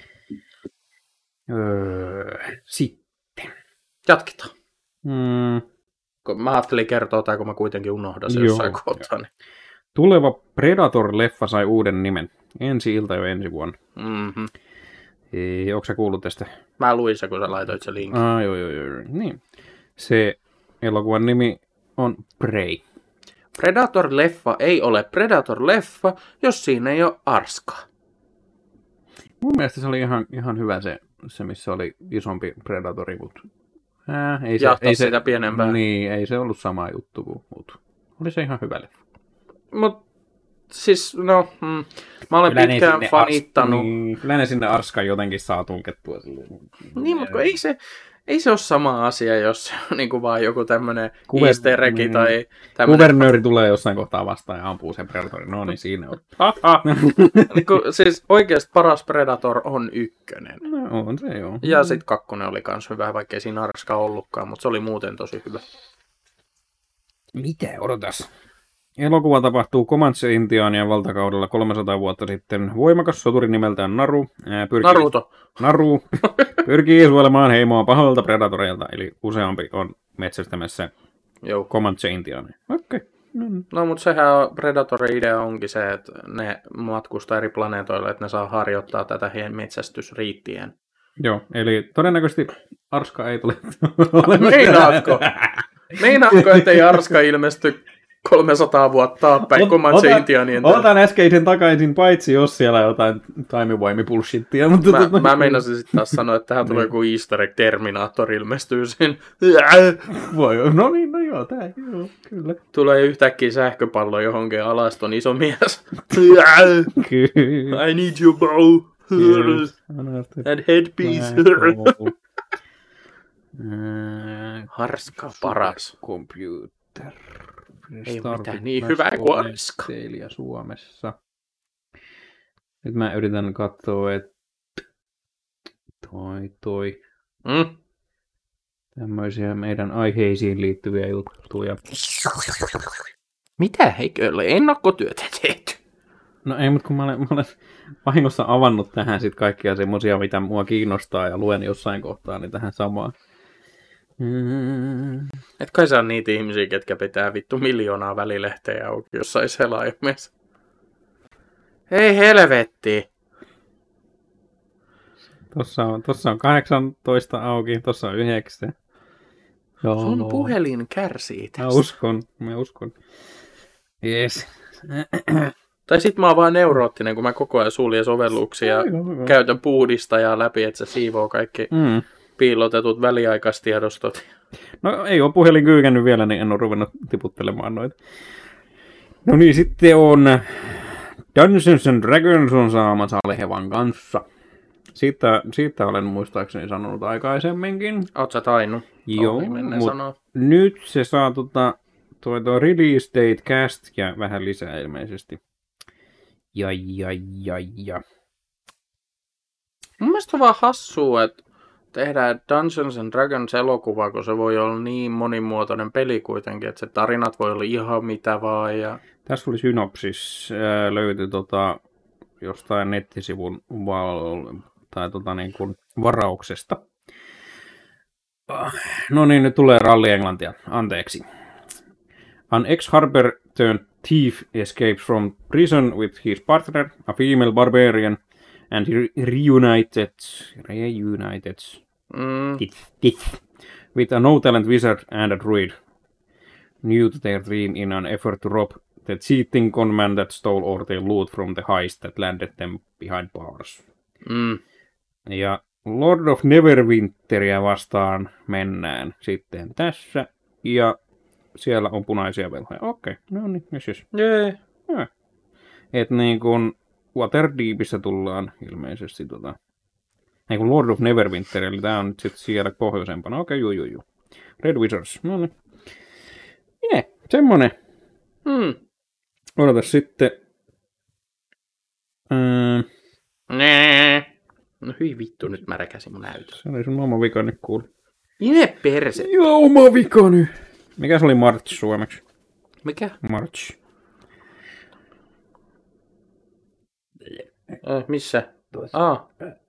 Öö, sitten. Jatketaan. Mm, Kun mä ajattelin kertoa tämä, kun mä kuitenkin unohdan sen Joo, jossain kohtaa. Niin. tuleva Predator-leffa sai uuden nimen. Ensi ilta jo ensi vuonna. Mm-hmm. Ei, onko sä kuullut tästä? Mä luin se, kun sä laitoit se linkin. Ah, joo, joo, joo. Niin. Se elokuvan nimi on Prey. Predator-leffa ei ole Predator-leffa, jos siinä ei ole arskaa. Mun mielestä se oli ihan, ihan hyvä se, se, missä oli isompi Predatori, mutta... Äh, ei se, Jahtaa ei se, sitä pienempää. Niin, ei se ollut sama juttu, kuin- mutta oli se ihan hyvä leffa. Mut siis, no, mm, mä olen Kyllä ne pitkään sinne fanittanut. Ars, niin, kyllä ne sinne Arskaan jotenkin saa tunkettua. Silleen. Niin, mutta ei se, ei se ole sama asia, jos se on niin kuin vaan joku tämmönen Kuver- easter egg niin. tai tämmönen... Kuvernööri tulee jossain kohtaa vastaan ja ampuu sen Predatorin. No niin, siinä on. niin kuin, siis oikeasti paras Predator on ykkönen. No on se joo. Ja sit kakkonen oli kans hyvä, vaikkei siinä arska ollutkaan, mutta se oli muuten tosi hyvä. Mitä? Odotas. Elokuva tapahtuu Comanche-intiaanien valtakaudella kolmesataa vuotta sitten. Voimakas soturi nimeltään Naru. Ää, pyrkii, Naruto. Naru pyrkii suojelemaan heimoa pahoilta predatoreilta, eli useampi on metsästämässä Joo. Comanche-intiaaneja. Okei. Okay. No, no. No, mutta sehän on, Predatorin idea onkin se, että ne matkustaa eri planeetoille, että ne saa harjoittaa tätä heidän metsästysriittien. Joo, eli todennäköisesti Arska ei tule. Meinaatko? Meinaatko, ettei Arska ilmesty kolmesataa vuotta taaksepäin Ot- Comanche ota- Intianien. Otan äskeisen takaisin, paitsi jos siellä on jotain timey bullshittia. Mutta Mä, tota- mä meinasin sitten taas sanoa, että tähän tulee Niin. joku easter egg Terminator ilmestyy siinä. Voi, no niin, no joo, tää, joo, kyllä. Tulee yhtäkkiä sähköpallo johonkin alas ton iso mies. Kyllä. I need you, bro. Yes. Unearthed And headpiece. black hole. Äh, Harska paras. Computer. Ei Star mitään niin Plus hyvää kuin on Harska. Telia Suomessa. Nyt mä yritän katsoa, että toi, toi, Mm? tämmöisiä meidän aiheisiin liittyviä juttuja. Mitä eikö ole ennakkotyötä tehty? No ei, mutta kun mä olen, mä olen vahingossa avannut tähän sit kaikkia semmosia, mitä mua kiinnostaa ja luen jossain kohtaa, niin tähän samaan. Mm. Et kai se on niitä ihmisiä, ketkä pitää vittu miljoonaa välilehtejä auki jossain selaimessa. Ei helvetti. Tossa on, tossa on kahdeksantoista auki, tossa on yhdeksän. Joo. Sun puhelin kärsii Mä tästä. uskon, mä uskon. Yes. Tai sit mä oon vaan neuroottinen, kun mä koko ajan suljen sovelluksia ja käytän puhdistajaa läpi, että se siivoo kaikki Mm. piilotetut väliaikaistiedostot. No ei oo puhelin kyykännyt vielä, niin en oo ruvennut tiputtelemaan noita. No niin, sitten on Dungeons and Dragons on saamassa Alehevan kanssa. Siitä, siitä olen muistaakseni sanonut aikaisemminkin. Oot sä tainnut? Joo, Ohimennen mut sanoa. nyt se saa tota, toi, toi release date cast ja vähän lisää ilmeisesti. Ja, ja, ja, ja. Mun mielestä on vaan hassua, että tehdään Dungeons and Dragons elokuva, kun se voi olla niin monimuotoinen peli kuitenkin, että se tarinat voi olla ihan mitä vaan. Ja... Tässä oli synopsis, ää, löytyi tota, jostain nettisivun val- tai tota, niin kuin varauksesta. No niin, nyt tulee ralli englantia. Anteeksi. An ex-harper turned thief escapes from prison with his partner, a female barbarian, and he reunited, reunited Mm, tith, tith, with a no-talent wizard and a druid. New to their team in an effort to rob the cheating conman that stole all their loot from the heist that landed them behind bars. mm. Ja Lord of Neverwinteria vastaan mennään sitten tässä. Ja siellä on punaisia velhoja. Okei, okay. No niin, yes, yes. Jee. Ja. Et niin kuin Waterdeepissä tullaan ilmeisesti tota... Niin kuin Lord of Neverwinter, eli tää on nyt sitten siellä pohjoisempana. Okei, okay, juu, juu, juu. Red Wizards, no niin. Jee, semmonen. Mm. Odota sitten. Öö, Nee. No hyi vittu, nyt mä räkäsin mun näytön. se oli sun oma vika nyt kuule. Mine perse. Joo, oma vika nyt. Mikä se oli March suomeksi? Mikä? March. Äh, missä? Ah.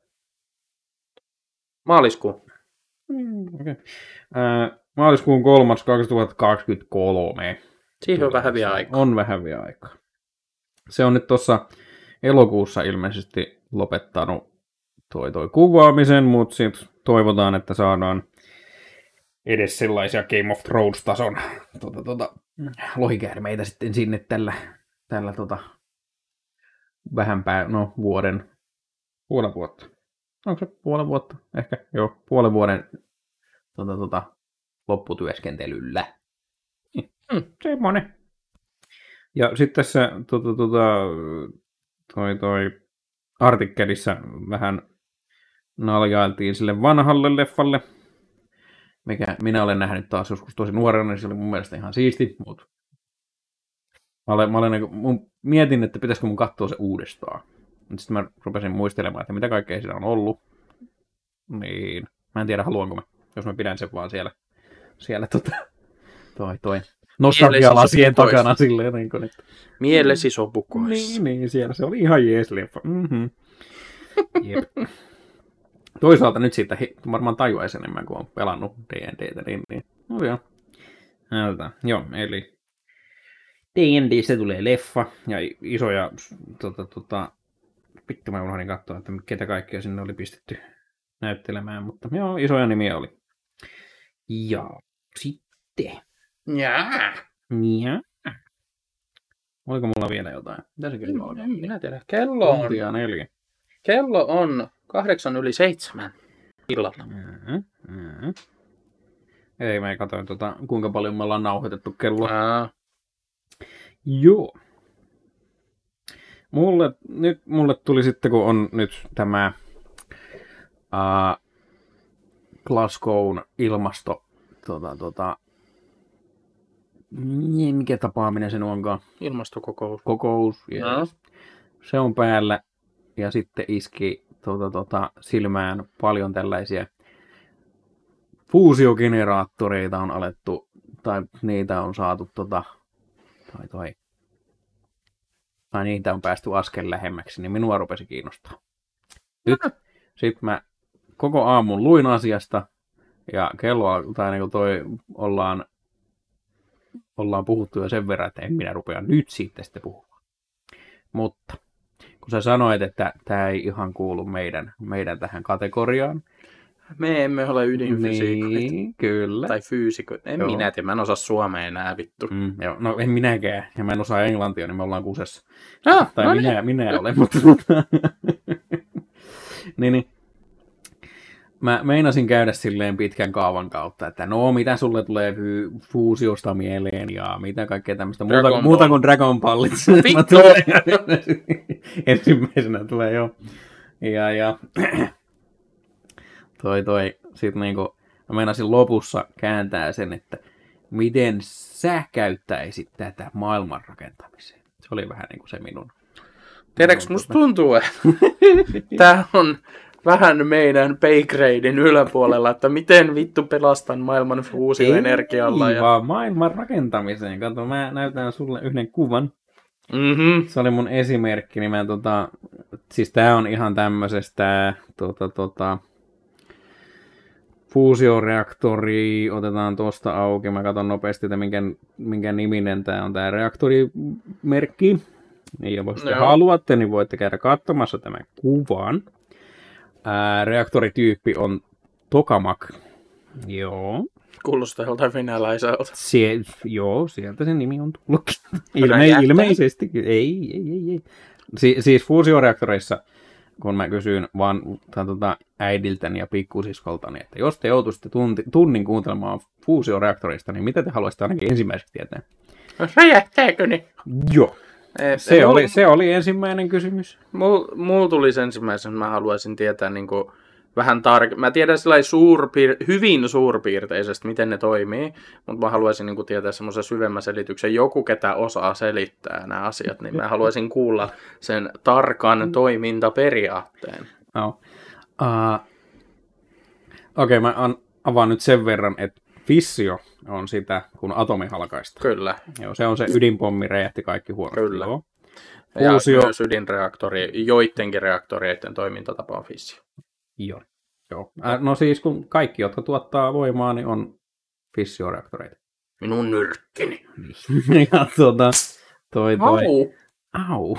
Maaliskuu. Mm, okay. Ää, maaliskuun kolmas kaksituhattakaksikymmentäkolme. Siihen on vähän vielä aikaa. On vähän vielä aikaa. Se on nyt tuossa elokuussa ilmeisesti lopettanut toi, toi kuvaamisen, mutta sitten toivotaan, että saadaan edes sellaisia Game of Thrones-tason tota, tota, lohikäärmeitä sitten sinne tällä, tällä tota, vähän pää, no vuoden, puolen vuotta. Onko se puolen vuotta? Ehkä, joo, puolen vuoden tota, tota, lopputyöskentelyllä. Mm, semmonen. Ja sitten tässä tota, tota, toi, toi artikkelissa vähän naljailtiin sille vanhalle leffalle, mikä minä olen nähnyt taas joskus tosi nuorena, niin se oli mun mielestä ihan siisti, mutta mä, olen, mä, olen, mun, mietin, että pitäisikö mun katsoa se uudestaan. Sitten mä rupesin muistelemaan, että mitä kaikkea siinä on ollut. Niin, mä en tiedä haluanko mä, jos mä pidän sen vaan siellä, siellä tota, toi, toi nostalgialasien takana silleen. Niin kuin, että... Mielesi sopu pois. Niin, niin, siellä se oli ihan jees leffa. Mm-hmm. Jep. Toisaalta nyt siitä he, varmaan tajuaisi enemmän, kun on pelannut D and D:tä, niin, niin. No joo. Näytetään. Joo, eli D and D:stä tulee leffa ja isoja, tota, tota, vittu mä unohdin katsoa, että ketä kaikkea sinne oli pistetty näyttelemään, mutta joo, isoja nimiä oli. Ja sitten. Jaa. Ja. Oliko mulla vielä jotain? Mitä se kello on? En minä tiedä. Kello on, Tuntia neljä. kello on kahdeksan yli seitsemän illalla. Mm-hmm. Mm-hmm. Ei, mä katsoin tota, kuinka paljon me ollaan nauhoitettu kelloa. Aa, Joo. Mulle, nyt mulle tuli sitten, kun on nyt tämä uh, Glasgown ilmasto, tota, tota, mikä tapaaminen se onkaan? ilmastokokous. Kokous. Yes. No. Se on päällä ja sitten iski tota, tota, silmään paljon tällaisia fuusiogeneraattoreita on alettu, tai niitä on saatu, tota, tai, tai, tai niitä on päästy askel lähemmäksi, niin minua rupesi kiinnostaa. Nyt sitten mä koko aamun luin asiasta, ja kelloa, tai niin kuin toi, ollaan, ollaan puhuttu jo sen verran, että en minä rupea nyt siitä sitten puhumaan. Mutta kun sä sanoit, että tämä ei ihan kuulu meidän, meidän tähän kategoriaan. Me emme ole ydinfysiikoita. Niin, kyllä. Tai fyysikot. En Joo. minä tiedä, mä en osaa suomea enää vittu. Mm, joo. No en minäkään, ja mä en osaa englantia, niin me ollaan kusessa. Ah, Tai no minä, minä olen, mutta... niin, niin. Mä meinasin käydä silleen pitkän kaavan kautta, että no mitä sulle tulee fy- fuusiosta mieleen ja mitä kaikkea tämmöistä muuta, Dragon muuta Ball. kuin Dragon Ballit. Vittu! Mä tulen- Ensimmäisenä tulee joo. Ja, ja toi toi, sit niinku, mä meinasin lopussa kääntää sen, että miten sä käyttäisit tätä maailman rakentamiseen. Se oli vähän niinku se minun. Tiedätkö, musta tuntuu, että tää on vähän meidän paygradein yläpuolella, että miten vittu pelastan maailman fuusioenergialla. Ei, Ja... vaan maailman rakentamiseen. Kato, mä näytän sulle yhden kuvan. Mm-hmm. Se oli mun esimerkki, niin mä tota, siis tää on ihan tämmöisestä tota, tota, fuusioreaktori, otetaan tosta auki, mä katson nopeasti, että minkä, minkä niminen tää on tää reaktorimerkki. Ja jos te Joo. haluatte, niin voitte käydä katsomassa tämän kuvan. Ää, reaktorityyppi on Tokamak. Joo. Kuulostaa joltain venäläiseltä. Sie, joo, sieltä se nimi on tullutkin. Ilme, Räjähtää? ilmeisesti. Ei, ei, ei, ei. Si, siis fuusioreaktoreissa, kun mä kysyin vaan tai, tota, äidiltäni ja pikkusiskoltani, että jos te joutuisitte tunti, tunnin kuuntelemaan fuusioreaktoreista, niin mitä te haluaisitte ainakin ensimmäiseksi tietää? Räjähtääkö ne? Joo. Ei, Se, ei, oli, mul- se oli ensimmäinen kysymys. Mulla mul tulisi ensimmäisen, mä haluaisin tietää niinku vähän tarkemmin. Mä tiedän sillai suurpiir- hyvin suurpiirteisesti, miten ne toimii, mutta mä haluaisin niinku tietää semmoisen syvemmän selityksen. Joku, ketä osaa selittää nämä asiat, niin mä haluaisin kuulla sen tarkan toimintaperiaatteen. No. Uh, Okei, okay, mä an, avaan nyt sen verran, että fissio on sitä, kun atomi halkaista. Kyllä. Joo, se on se ydinpommi, räjähti kaikki huonosti. Kyllä. Joo. Ja Fuusio. myös ydinreaktori, joidenkin reaktoreiden toimintatapa on fissio. Joo. Joo. Äh, no siis kun kaikki, jotka tuottaa voimaa, niin on fissioreaktoreita. Minun nyrkkini. ja tuota, toi toi. Au! Au.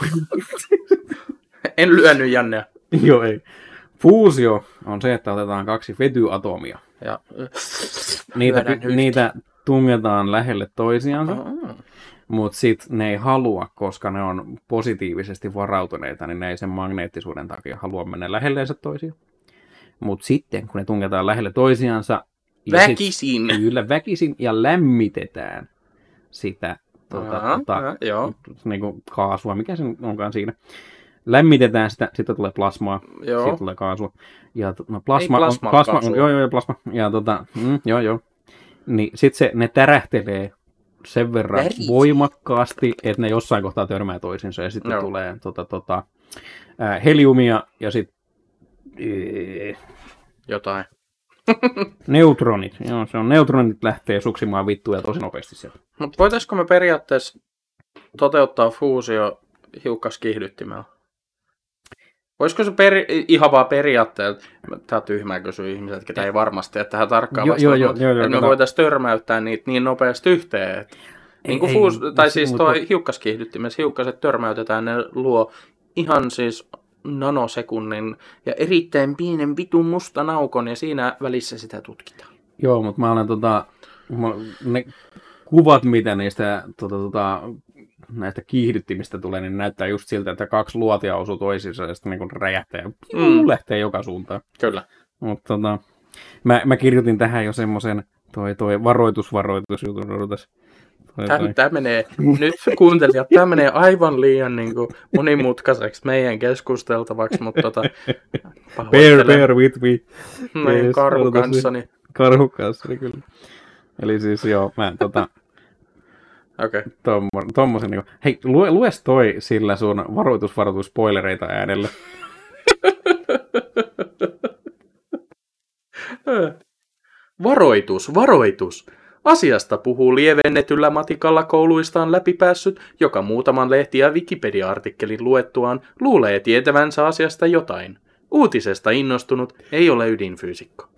En lyönyt Jannea. Joo, ei. Fuusio on se, että otetaan kaksi vetyatomia. Ja... Niitä, Lyödään yhteen. niitä tungetaan lähelle toisiansa, Mm. mutta sitten ne ei halua, koska ne on positiivisesti varautuneita, niin ne ei sen magneettisuuden takia halua mennä lähelleensä toisiaan. Mutta sitten, kun ne tungetaan lähelle toisiansa, ja sit- Väkisin. kyllä, väkisin ja lämmitetään sitä tuota, Aha, tuota, aha, joo. niin kuin kaasua, mikä se onkaan siinä. Lämmitetään sitä, sitten tulee plasmaa, Joo. sitten tulee kaasua. Ja to- no, plasma, Ei plasmaa, on, plasma on, kaasua. joo, joo, joo, plasma. Ja tota, mm, joo, joo. Niin sitten se, ne tärähtelee sen verran Värit. voimakkaasti, että ne jossain kohtaa törmää toisinsa, ja sitten Joo. tulee tota, tota, ää, heliumia, ja sitten Jotain. neutronit. Joo, se on neutronit lähtee suksimaan vittuja tosi nopeasti sieltä. Mutta voitaisiko me periaatteessa toteuttaa fuusio hiukkaskiihdyttimellä? Voisiko se peri- ihan vaan periaatteella, tää on tyhmää kysyä ihmiset, ketä ei varmasti, että tähän tarkkaan Joo, vastaan, joo, mutta joo, joo, että me kato. voitaisiin törmäyttää niitä niin nopeasti yhteen. Että niin kuin ei, fuus- tai se- siis mut- toi hiukkaskiihdyttimessä hiukkaset törmäytetään, ne luo ihan siis nanosekunnin ja erittäin pienen vitun mustan aukon, ja siinä välissä sitä tutkitaan. Joo, mutta mä olen tota, mä- ne kuvat, mitä niistä tota, tota, näistä kiihdyttimistä tulee, niin näyttää just siltä, että kaksi luotia osuu toisiinsa ja sitten niin räjähtää ja Mm. lähtee joka suuntaan. Kyllä. Mutta tota, mä, mä kirjoitin tähän jo semmoisen toi, toi varoitus, varoitus jutun odotas. Toi, toi. Tämä menee, nyt kuuntelijat, tämä menee aivan liian niin kuin, monimutkaiseksi meidän keskusteltavaksi, mutta tota, Bear, pahoittelen bear with me. meidän Yes, karhu odotas kanssani. Karhu kanssani, kyllä. Eli siis joo, mä tota, Okei. Okay. tommo, tommosen niinku, hei, lue, lues toi sillä sun varoitus, varoitus, spoilereita äänellä. Varoitus, varoitus. Asiasta puhuu lievennetyllä matikalla kouluistaan läpipäässyt, joka muutaman lehti- ja Wikipedia-artikkelin luettuaan luulee tietävänsä asiasta jotain. Uutisesta innostunut ei ole ydinfyysikko.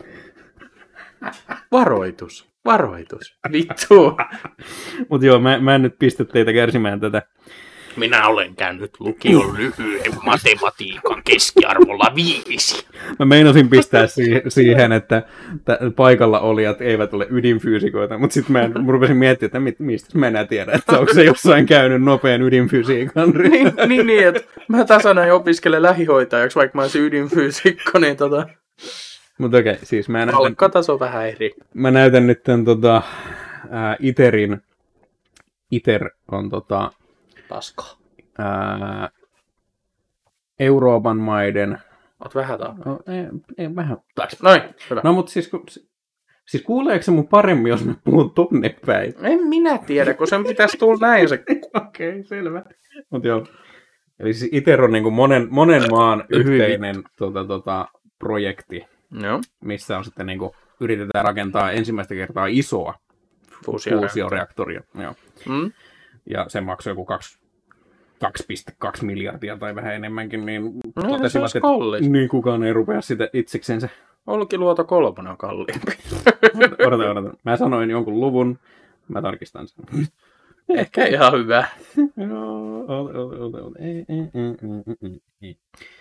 Varoitus, varoitus. Vittu. Mut joo, mä, mä en nyt pistä teitä kärsimään tätä. Minä olen käynyt lukion lyhyen matematiikan keskiarvolla viisi. Mä meinasin pistää si- siihen, että t- paikalla olijat eivät ole ydinfyysikoita, mutta sitten mä, en- mä rupesin miettimään, että mit- mistä mä enää tiedän, että onko se jossain käynyt nopean ydinfysiikan. niin, niin, niin, että mä tasana opiskelen lähihoitajaksi, vaikka mä olisin ydinfyysikko, niin tota, Mutta okei, okay, siis mä näytän, palkkataso vähän eri. mä näytän nyt tämän tota, ää, ITERin. ITER on tota, Paskaa. ää, Euroopan maiden. Oot vähän taa. No, ei, ei, vähän. Noin, hyvä. No, mutta siis, ku- siis kuuleeko se mun paremmin, jos mä puhun tonne päin? En minä tiedä, kun sen pitäisi tulla näin se. Okei, okay, selvä. Mut joo. Eli siis ITER on niinku monen, monen maan yhteinen tota, tota, projekti, Joo. missä on sitten niinku, yritetään rakentaa ensimmäistä kertaa isoa Fuusioreaktori. fuusioreaktoria. Joo. Mm? Ja se maksoi joku kaksi pilkku kaksi miljardia tai vähän enemmänkin, niin No, se totesivat, olisi että kallis. niin kukaan ei rupea sitä itseksensä. Olkiluoto kolmonen on kalliimpi. Odota, odota. Mä sanoin jonkun luvun, mä tarkistan sen. Ehkä ihan hyvä. Joo, ota, ota, ota, ota. Ei, ei, ei, ei, ei,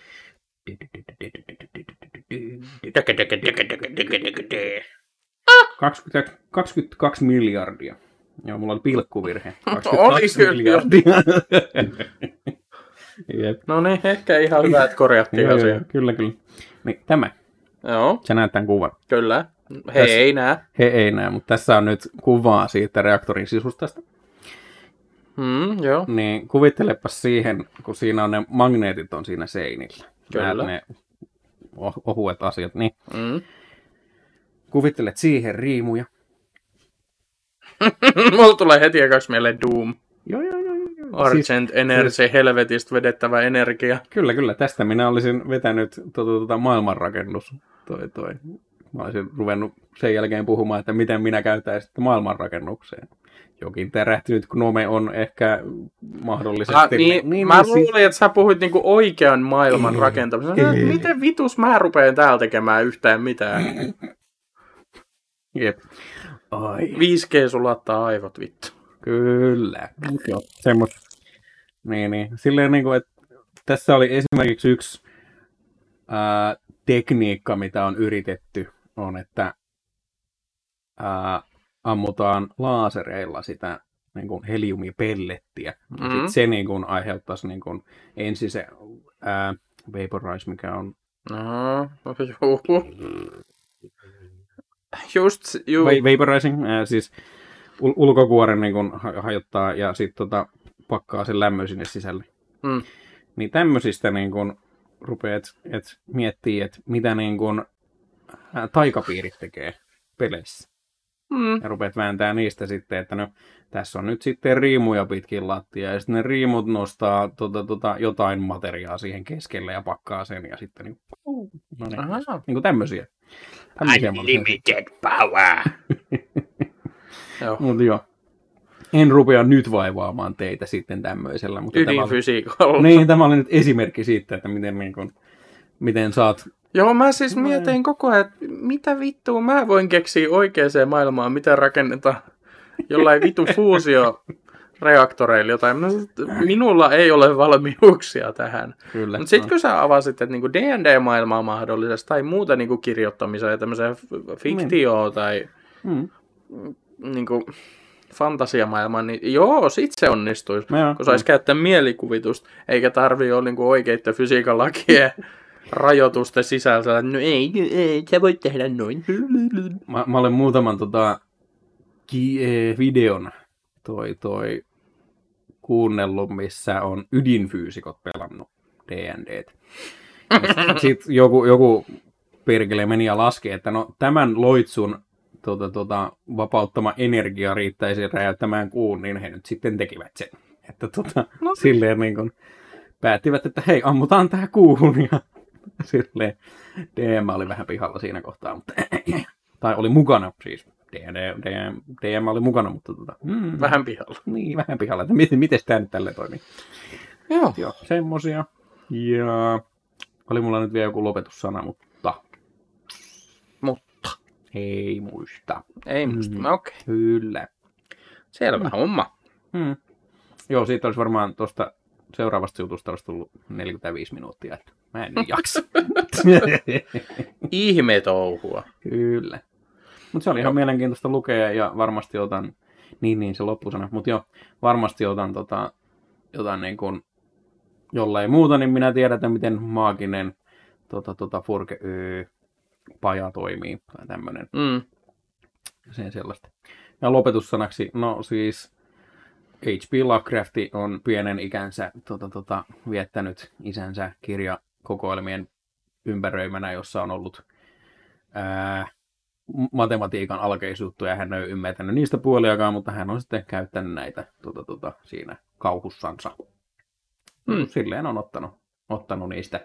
ei. kaksikymmentä, kaksikymmentäkaksi miljardia. Joo, mulla oli pilkkuvirhe. kaksikymmentäkaksi kyllä. miljardia. Jep. No niin, ehkä ihan hyvä, että korjattiin Joo, asia. joo, kyllä, kyllä. Niin, tämä. Joo, Sä näet tämän kuvan. kyllä. He Tässä- ei näe. He ei näe, mutta tässä on nyt kuvaa siitä reaktorin sisustasta. Mm, joo. Niin kuvittelepas siihen, kun siinä on ne magneetit on siinä seinillä. Kyllä. Näet ne oh- ohuet asiat. Niin Mm. kuvittelet siihen riimuja. Mulla tulee heti ekaksi mieleen Doom. Joo, joo, joo. joo. Argent Siis- Energy, siis- helvetistä vedettävä energia. Kyllä, kyllä. Tästä minä olisin vetänyt tuota, tuota, maailmanrakennus. Toi, toi. Mä olisin ruvennut sen jälkeen puhumaan, että miten minä käytäisin maailmanrakennukseen. Jokin tärähtynyt gnome on ehkä mahdollisesti... Ah, niin, niin, mä luulin, että sä puhuit niinku oikean maailman Ei, rakentamisesta. ei. Miten vitus mä rupean täällä tekemään yhtään mitään? Jep. Ai. viisi G sulattaa aivot, vittu. Kyllä. Joo, semmos. Niin, niin. Silleen niin kuin, että tässä oli esimerkiksi yksi ää, tekniikka, mitä on yritetty, on, että ää, ammutaan laasereilla sitä niin kuin heliumipellettiä. Ja Mhm. sit se niin kuin, aiheuttaisi niin kuin, ensin se ää, vaporize, mikä on No, juu. Just, juu. Va- vaporizing, ää, siis ul- ulkokuoren niin kun ha- hajottaa ja sitten tota, pakkaa sen lämmön sinne sisälle. Mm. Niin tämmöisistä niin kun rupeat et miettii, että mitä niin kun, ää, taikapiirit tekee peleissä. Mm. Ja rupeat vääntää niistä sitten, että no tässä on nyt sitten riimuja pitkin lattia ja sitten ne riimut nostaa tota, tota, jotain materiaa siihen keskelle ja pakkaa sen ja sitten niin, no niin, Aha. niin kuin tämmöisiä. Tämmöisiä mä olisin- Unlimited power. Joo. Mutta joo. En rupea nyt vaivaamaan teitä sitten tämmöisellä. Mutta tämä oli, Ydinfysiikalla. niin, tämä oli nyt esimerkki siitä, että miten, niin kun, miten saat... Joo, mä siis Mä- mietin koko ajan, että mitä vittua mä voin keksiä oikeaan maailmaan, mitä rakennetaan jollain vitu fuusioreaktoreilla jotain. Mä sanoin, että minulla ei ole valmiuksia tähän. Kyllä. Mutta sitten kun sä avasit, että niinku D and D-maailmaa mahdollisesti tai muuta niinku kirjoittamiseen ja tämmöiseen f- fiktioon tai Mm. niinku fantasiamaailman, niin joo, sit se onnistuisi. No, kun saisi käyttää mielikuvitusta, eikä tarvii olla niinku oikeiden fysiikan lakien rajoitusten sisällä. No ei, ei, sä voit tehdä noin. Mä, mä olen muutaman tota, ki- eh, videon toi, toi kuunnellut, missä on ydinfyysikot pelannut D and D:tä. Sitten joku, joku perkele meni ja laski, että no tämän loitsun tota, tota, vapauttama energia riittäisi räjäyttämään kuun, niin he nyt sitten tekivät sen. Että tota, no. Silleen niin kun päättivät, että hei, ammutaan tää kuuhun. Ja silleen D M oli vähän pihalla siinä kohtaa, mutta tai oli mukana siis. D M, D M, D M oli mukana, mutta tota, mm, vähän pihalla. Niin, vähän pihalla, että miten, miten tämä nyt tälleen toimii. Joo. Joo, semmosia. Ja oli mulla nyt vielä joku lopetussana, mutta... Mutta? Ei muista. Ei muista, mm. okei. Okay. Kyllä. Selvä mm. homma. Mm. Joo, siitä olisi varmaan tuosta seuraavasta jutusta olisi tullut neljäkymmentäviisi minuuttia, että mä en nyt jaksa. Ihme touhua. Kyllä. Mutta se oli ihan mielenkiintoista lukea ja varmasti otan, niin niin se loppusana, mutta joo, varmasti otan tota, jotain niin kuin, jollei muuta, niin minä tiedän, miten maaginen tota, tota, Furke paja toimii, tai tämmöinen. Mm. Sen sellaista. Ja lopetussanaksi, no siis H P Lovecraft on pienen ikänsä tota, tota, viettänyt isänsä kirjakokoelmien ympäröimänä, jossa on ollut ää, matematiikan alkeisjuttuja, hän ei ole ymmärtänyt niistä puoliakaan, mutta hän on sitten käyttänyt näitä tota, tota, siinä kauhussansa. Mm. Silleen on ottanut, ottanut niistä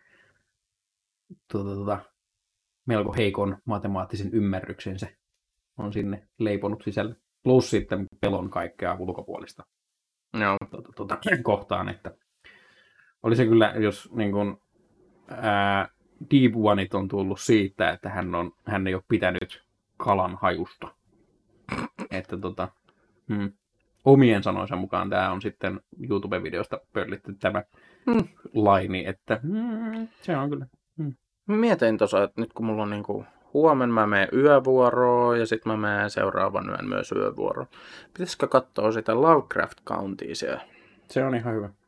tota, tota, melko heikon matemaattisen ymmärryksensä on sinne leiponut sisälle. Plus sitten pelon kaikkea ulkopuolista no. tota, tota, kohtaan. Että oli se kyllä, jos niin kun, ää, Deep Oneit on tullut siitä, että hän, on, hän ei ole pitänyt kalan hajusta. Että tota, hmm, omien sanoinsa mukaan tämä on sitten YouTube-videosta pöllitty tämä hmm. laini, että hmm, se on kyllä. Hmm. Mietin tuossa, että nyt kun mulla on niinku huomenna mä menen yövuoroon ja sitten mä menen seuraavan yön myös yövuoroon. Pitäisikö katsoa sitä Lovecraft Countia siellä? Se on ihan hyvä.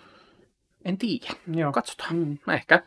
En tiedä. Joo. Katsotaan. Mm. Ehkä.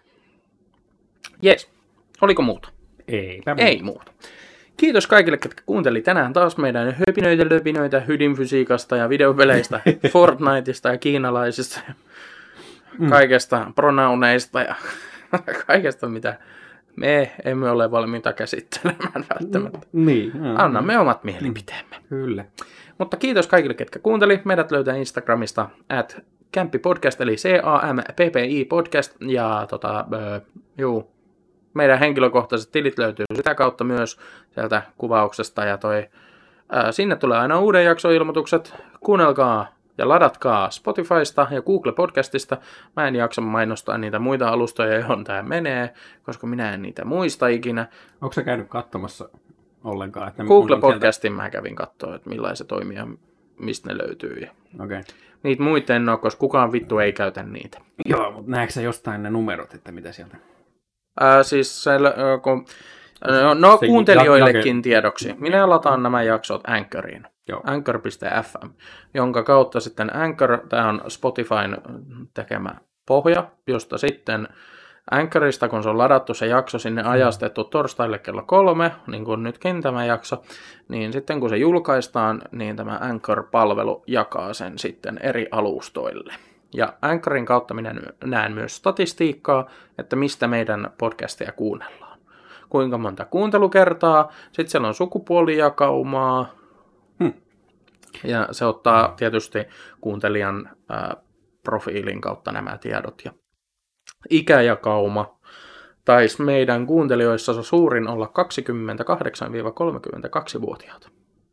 Jes. Oliko muuta? Eipä muuta. Ei muuta. Kiitos kaikille, jotka kuunteli tänään taas meidän höpinöitä, löpinöitä, ydinfysiikasta ja videopeleistä, Fortniteista ja kiinalaisista ja mm. kaikesta, pronouneista ja kaikesta, mitä me emme ole valmiita käsittelemään välttämättä. Niin. Annamme omat mielipiteemme. Kyllä. Mutta kiitos kaikille, ketkä kuunteli. Meidät löytää Instagramista at Kämppi-podcast, eli C A M P P I podcast. Ja tota, äh, juu, meidän henkilökohtaiset tilit löytyy sitä kautta myös sieltä kuvauksesta. Ja toi, äh, sinne tulee aina uuden jaksoilmoitukset. Kuunnelkaa ja ladatkaa Spotifysta ja Google Podcastista. Mä en jaksa mainostaa niitä muita alustoja, johon tää menee, koska minä en niitä muista ikinä. Onko sä käynyt katsomassa ollenkaan? Että Google Podcastin sieltä... mä kävin katsoa, että millainen se toimii ja mistä ne löytyy. Okay. Niitä muita en ole, koska kukaan vittu ei käytä niitä. Joo, mutta näetkö sä jostain ne numerot, että mitä sieltä? Ää, siis se, kun... No, no kuuntelijoillekin jake... tiedoksi. Minä lataan nämä jaksot Anchoriin. Anchor piste f m, jonka kautta sitten Anchor, tämä on Spotifyn tekemä pohja, josta sitten Anchorista, kun se on ladattu se jakso sinne ajastettu torstaille kello kolme, niin kuin nytkin tämä jakso, niin sitten kun se julkaistaan, niin tämä Anchor-palvelu jakaa sen sitten eri alustoille. Ja Anchorin kautta minä näen myös statistiikkaa, että mistä meidän podcastia kuunnellaan. Kuinka monta kuuntelukertaa, sitten siellä on sukupuolijakaumaa, hmm. ja se ottaa tietysti kuuntelijan ää, profiilin kautta nämä tiedot. Ja ikäjakauma taisi meidän kuuntelijoissa suurin olla kaksikymmentäkahdeksan kolmekymmentäkaksi-vuotiaat.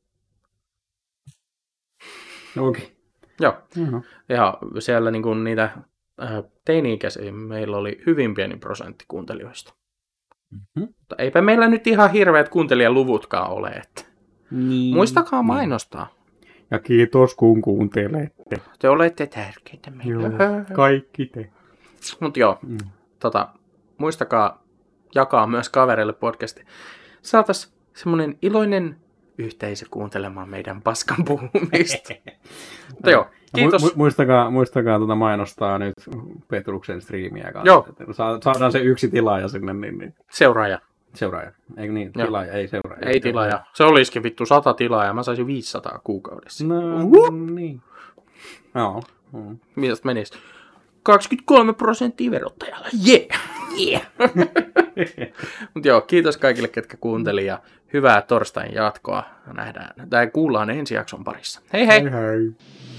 Okei. Okay. Joo. Mm-hmm. Ja siellä niin kuin niitä äh, teini-ikäisiä meillä oli hyvin pieni prosentti kuuntelijoista. Mm-hmm. Mutta eipä meillä nyt ihan hirveät kuuntelijaluvutkaan ole. Että. Niin. Muistakaa mainostaa. Ja kiitos kun kuuntelette. Te olette tärkeitä meille. Joo, kaikki te. Mutta joo, mm. tota, muistakaa jakaa myös kavereille podcasti. Saataisiin semmoinen iloinen yhteisö kuuntelemaan meidän paskan puhumista. Mutta joo, Ja kiitos. mu- muistakaa, muistakaa tuota mainostaa nyt Petruksen striimiä kanssa. Joo. Että sa- saadaan se yksi tilaaja sinne, niin, niin Seuraaja. seuraaja. Eikö niin? Joo. Tilaaja, ei seuraaja. Ei tilaaja. Se olisikin vittu sata tilaajaa. Mä saisin viisisataa kuukaudessa. No Whoop. niin. Joo. Mm. Mitäs menis? kaksikymmentäkolme prosenttia verottajalle. Jee! Yeah. Mut joo, kiitos kaikille, ketkä kuunteli ja hyvää torstain jatkoa. Nähdään, tai kuullaan ensi jakson parissa. Hei hei! hei.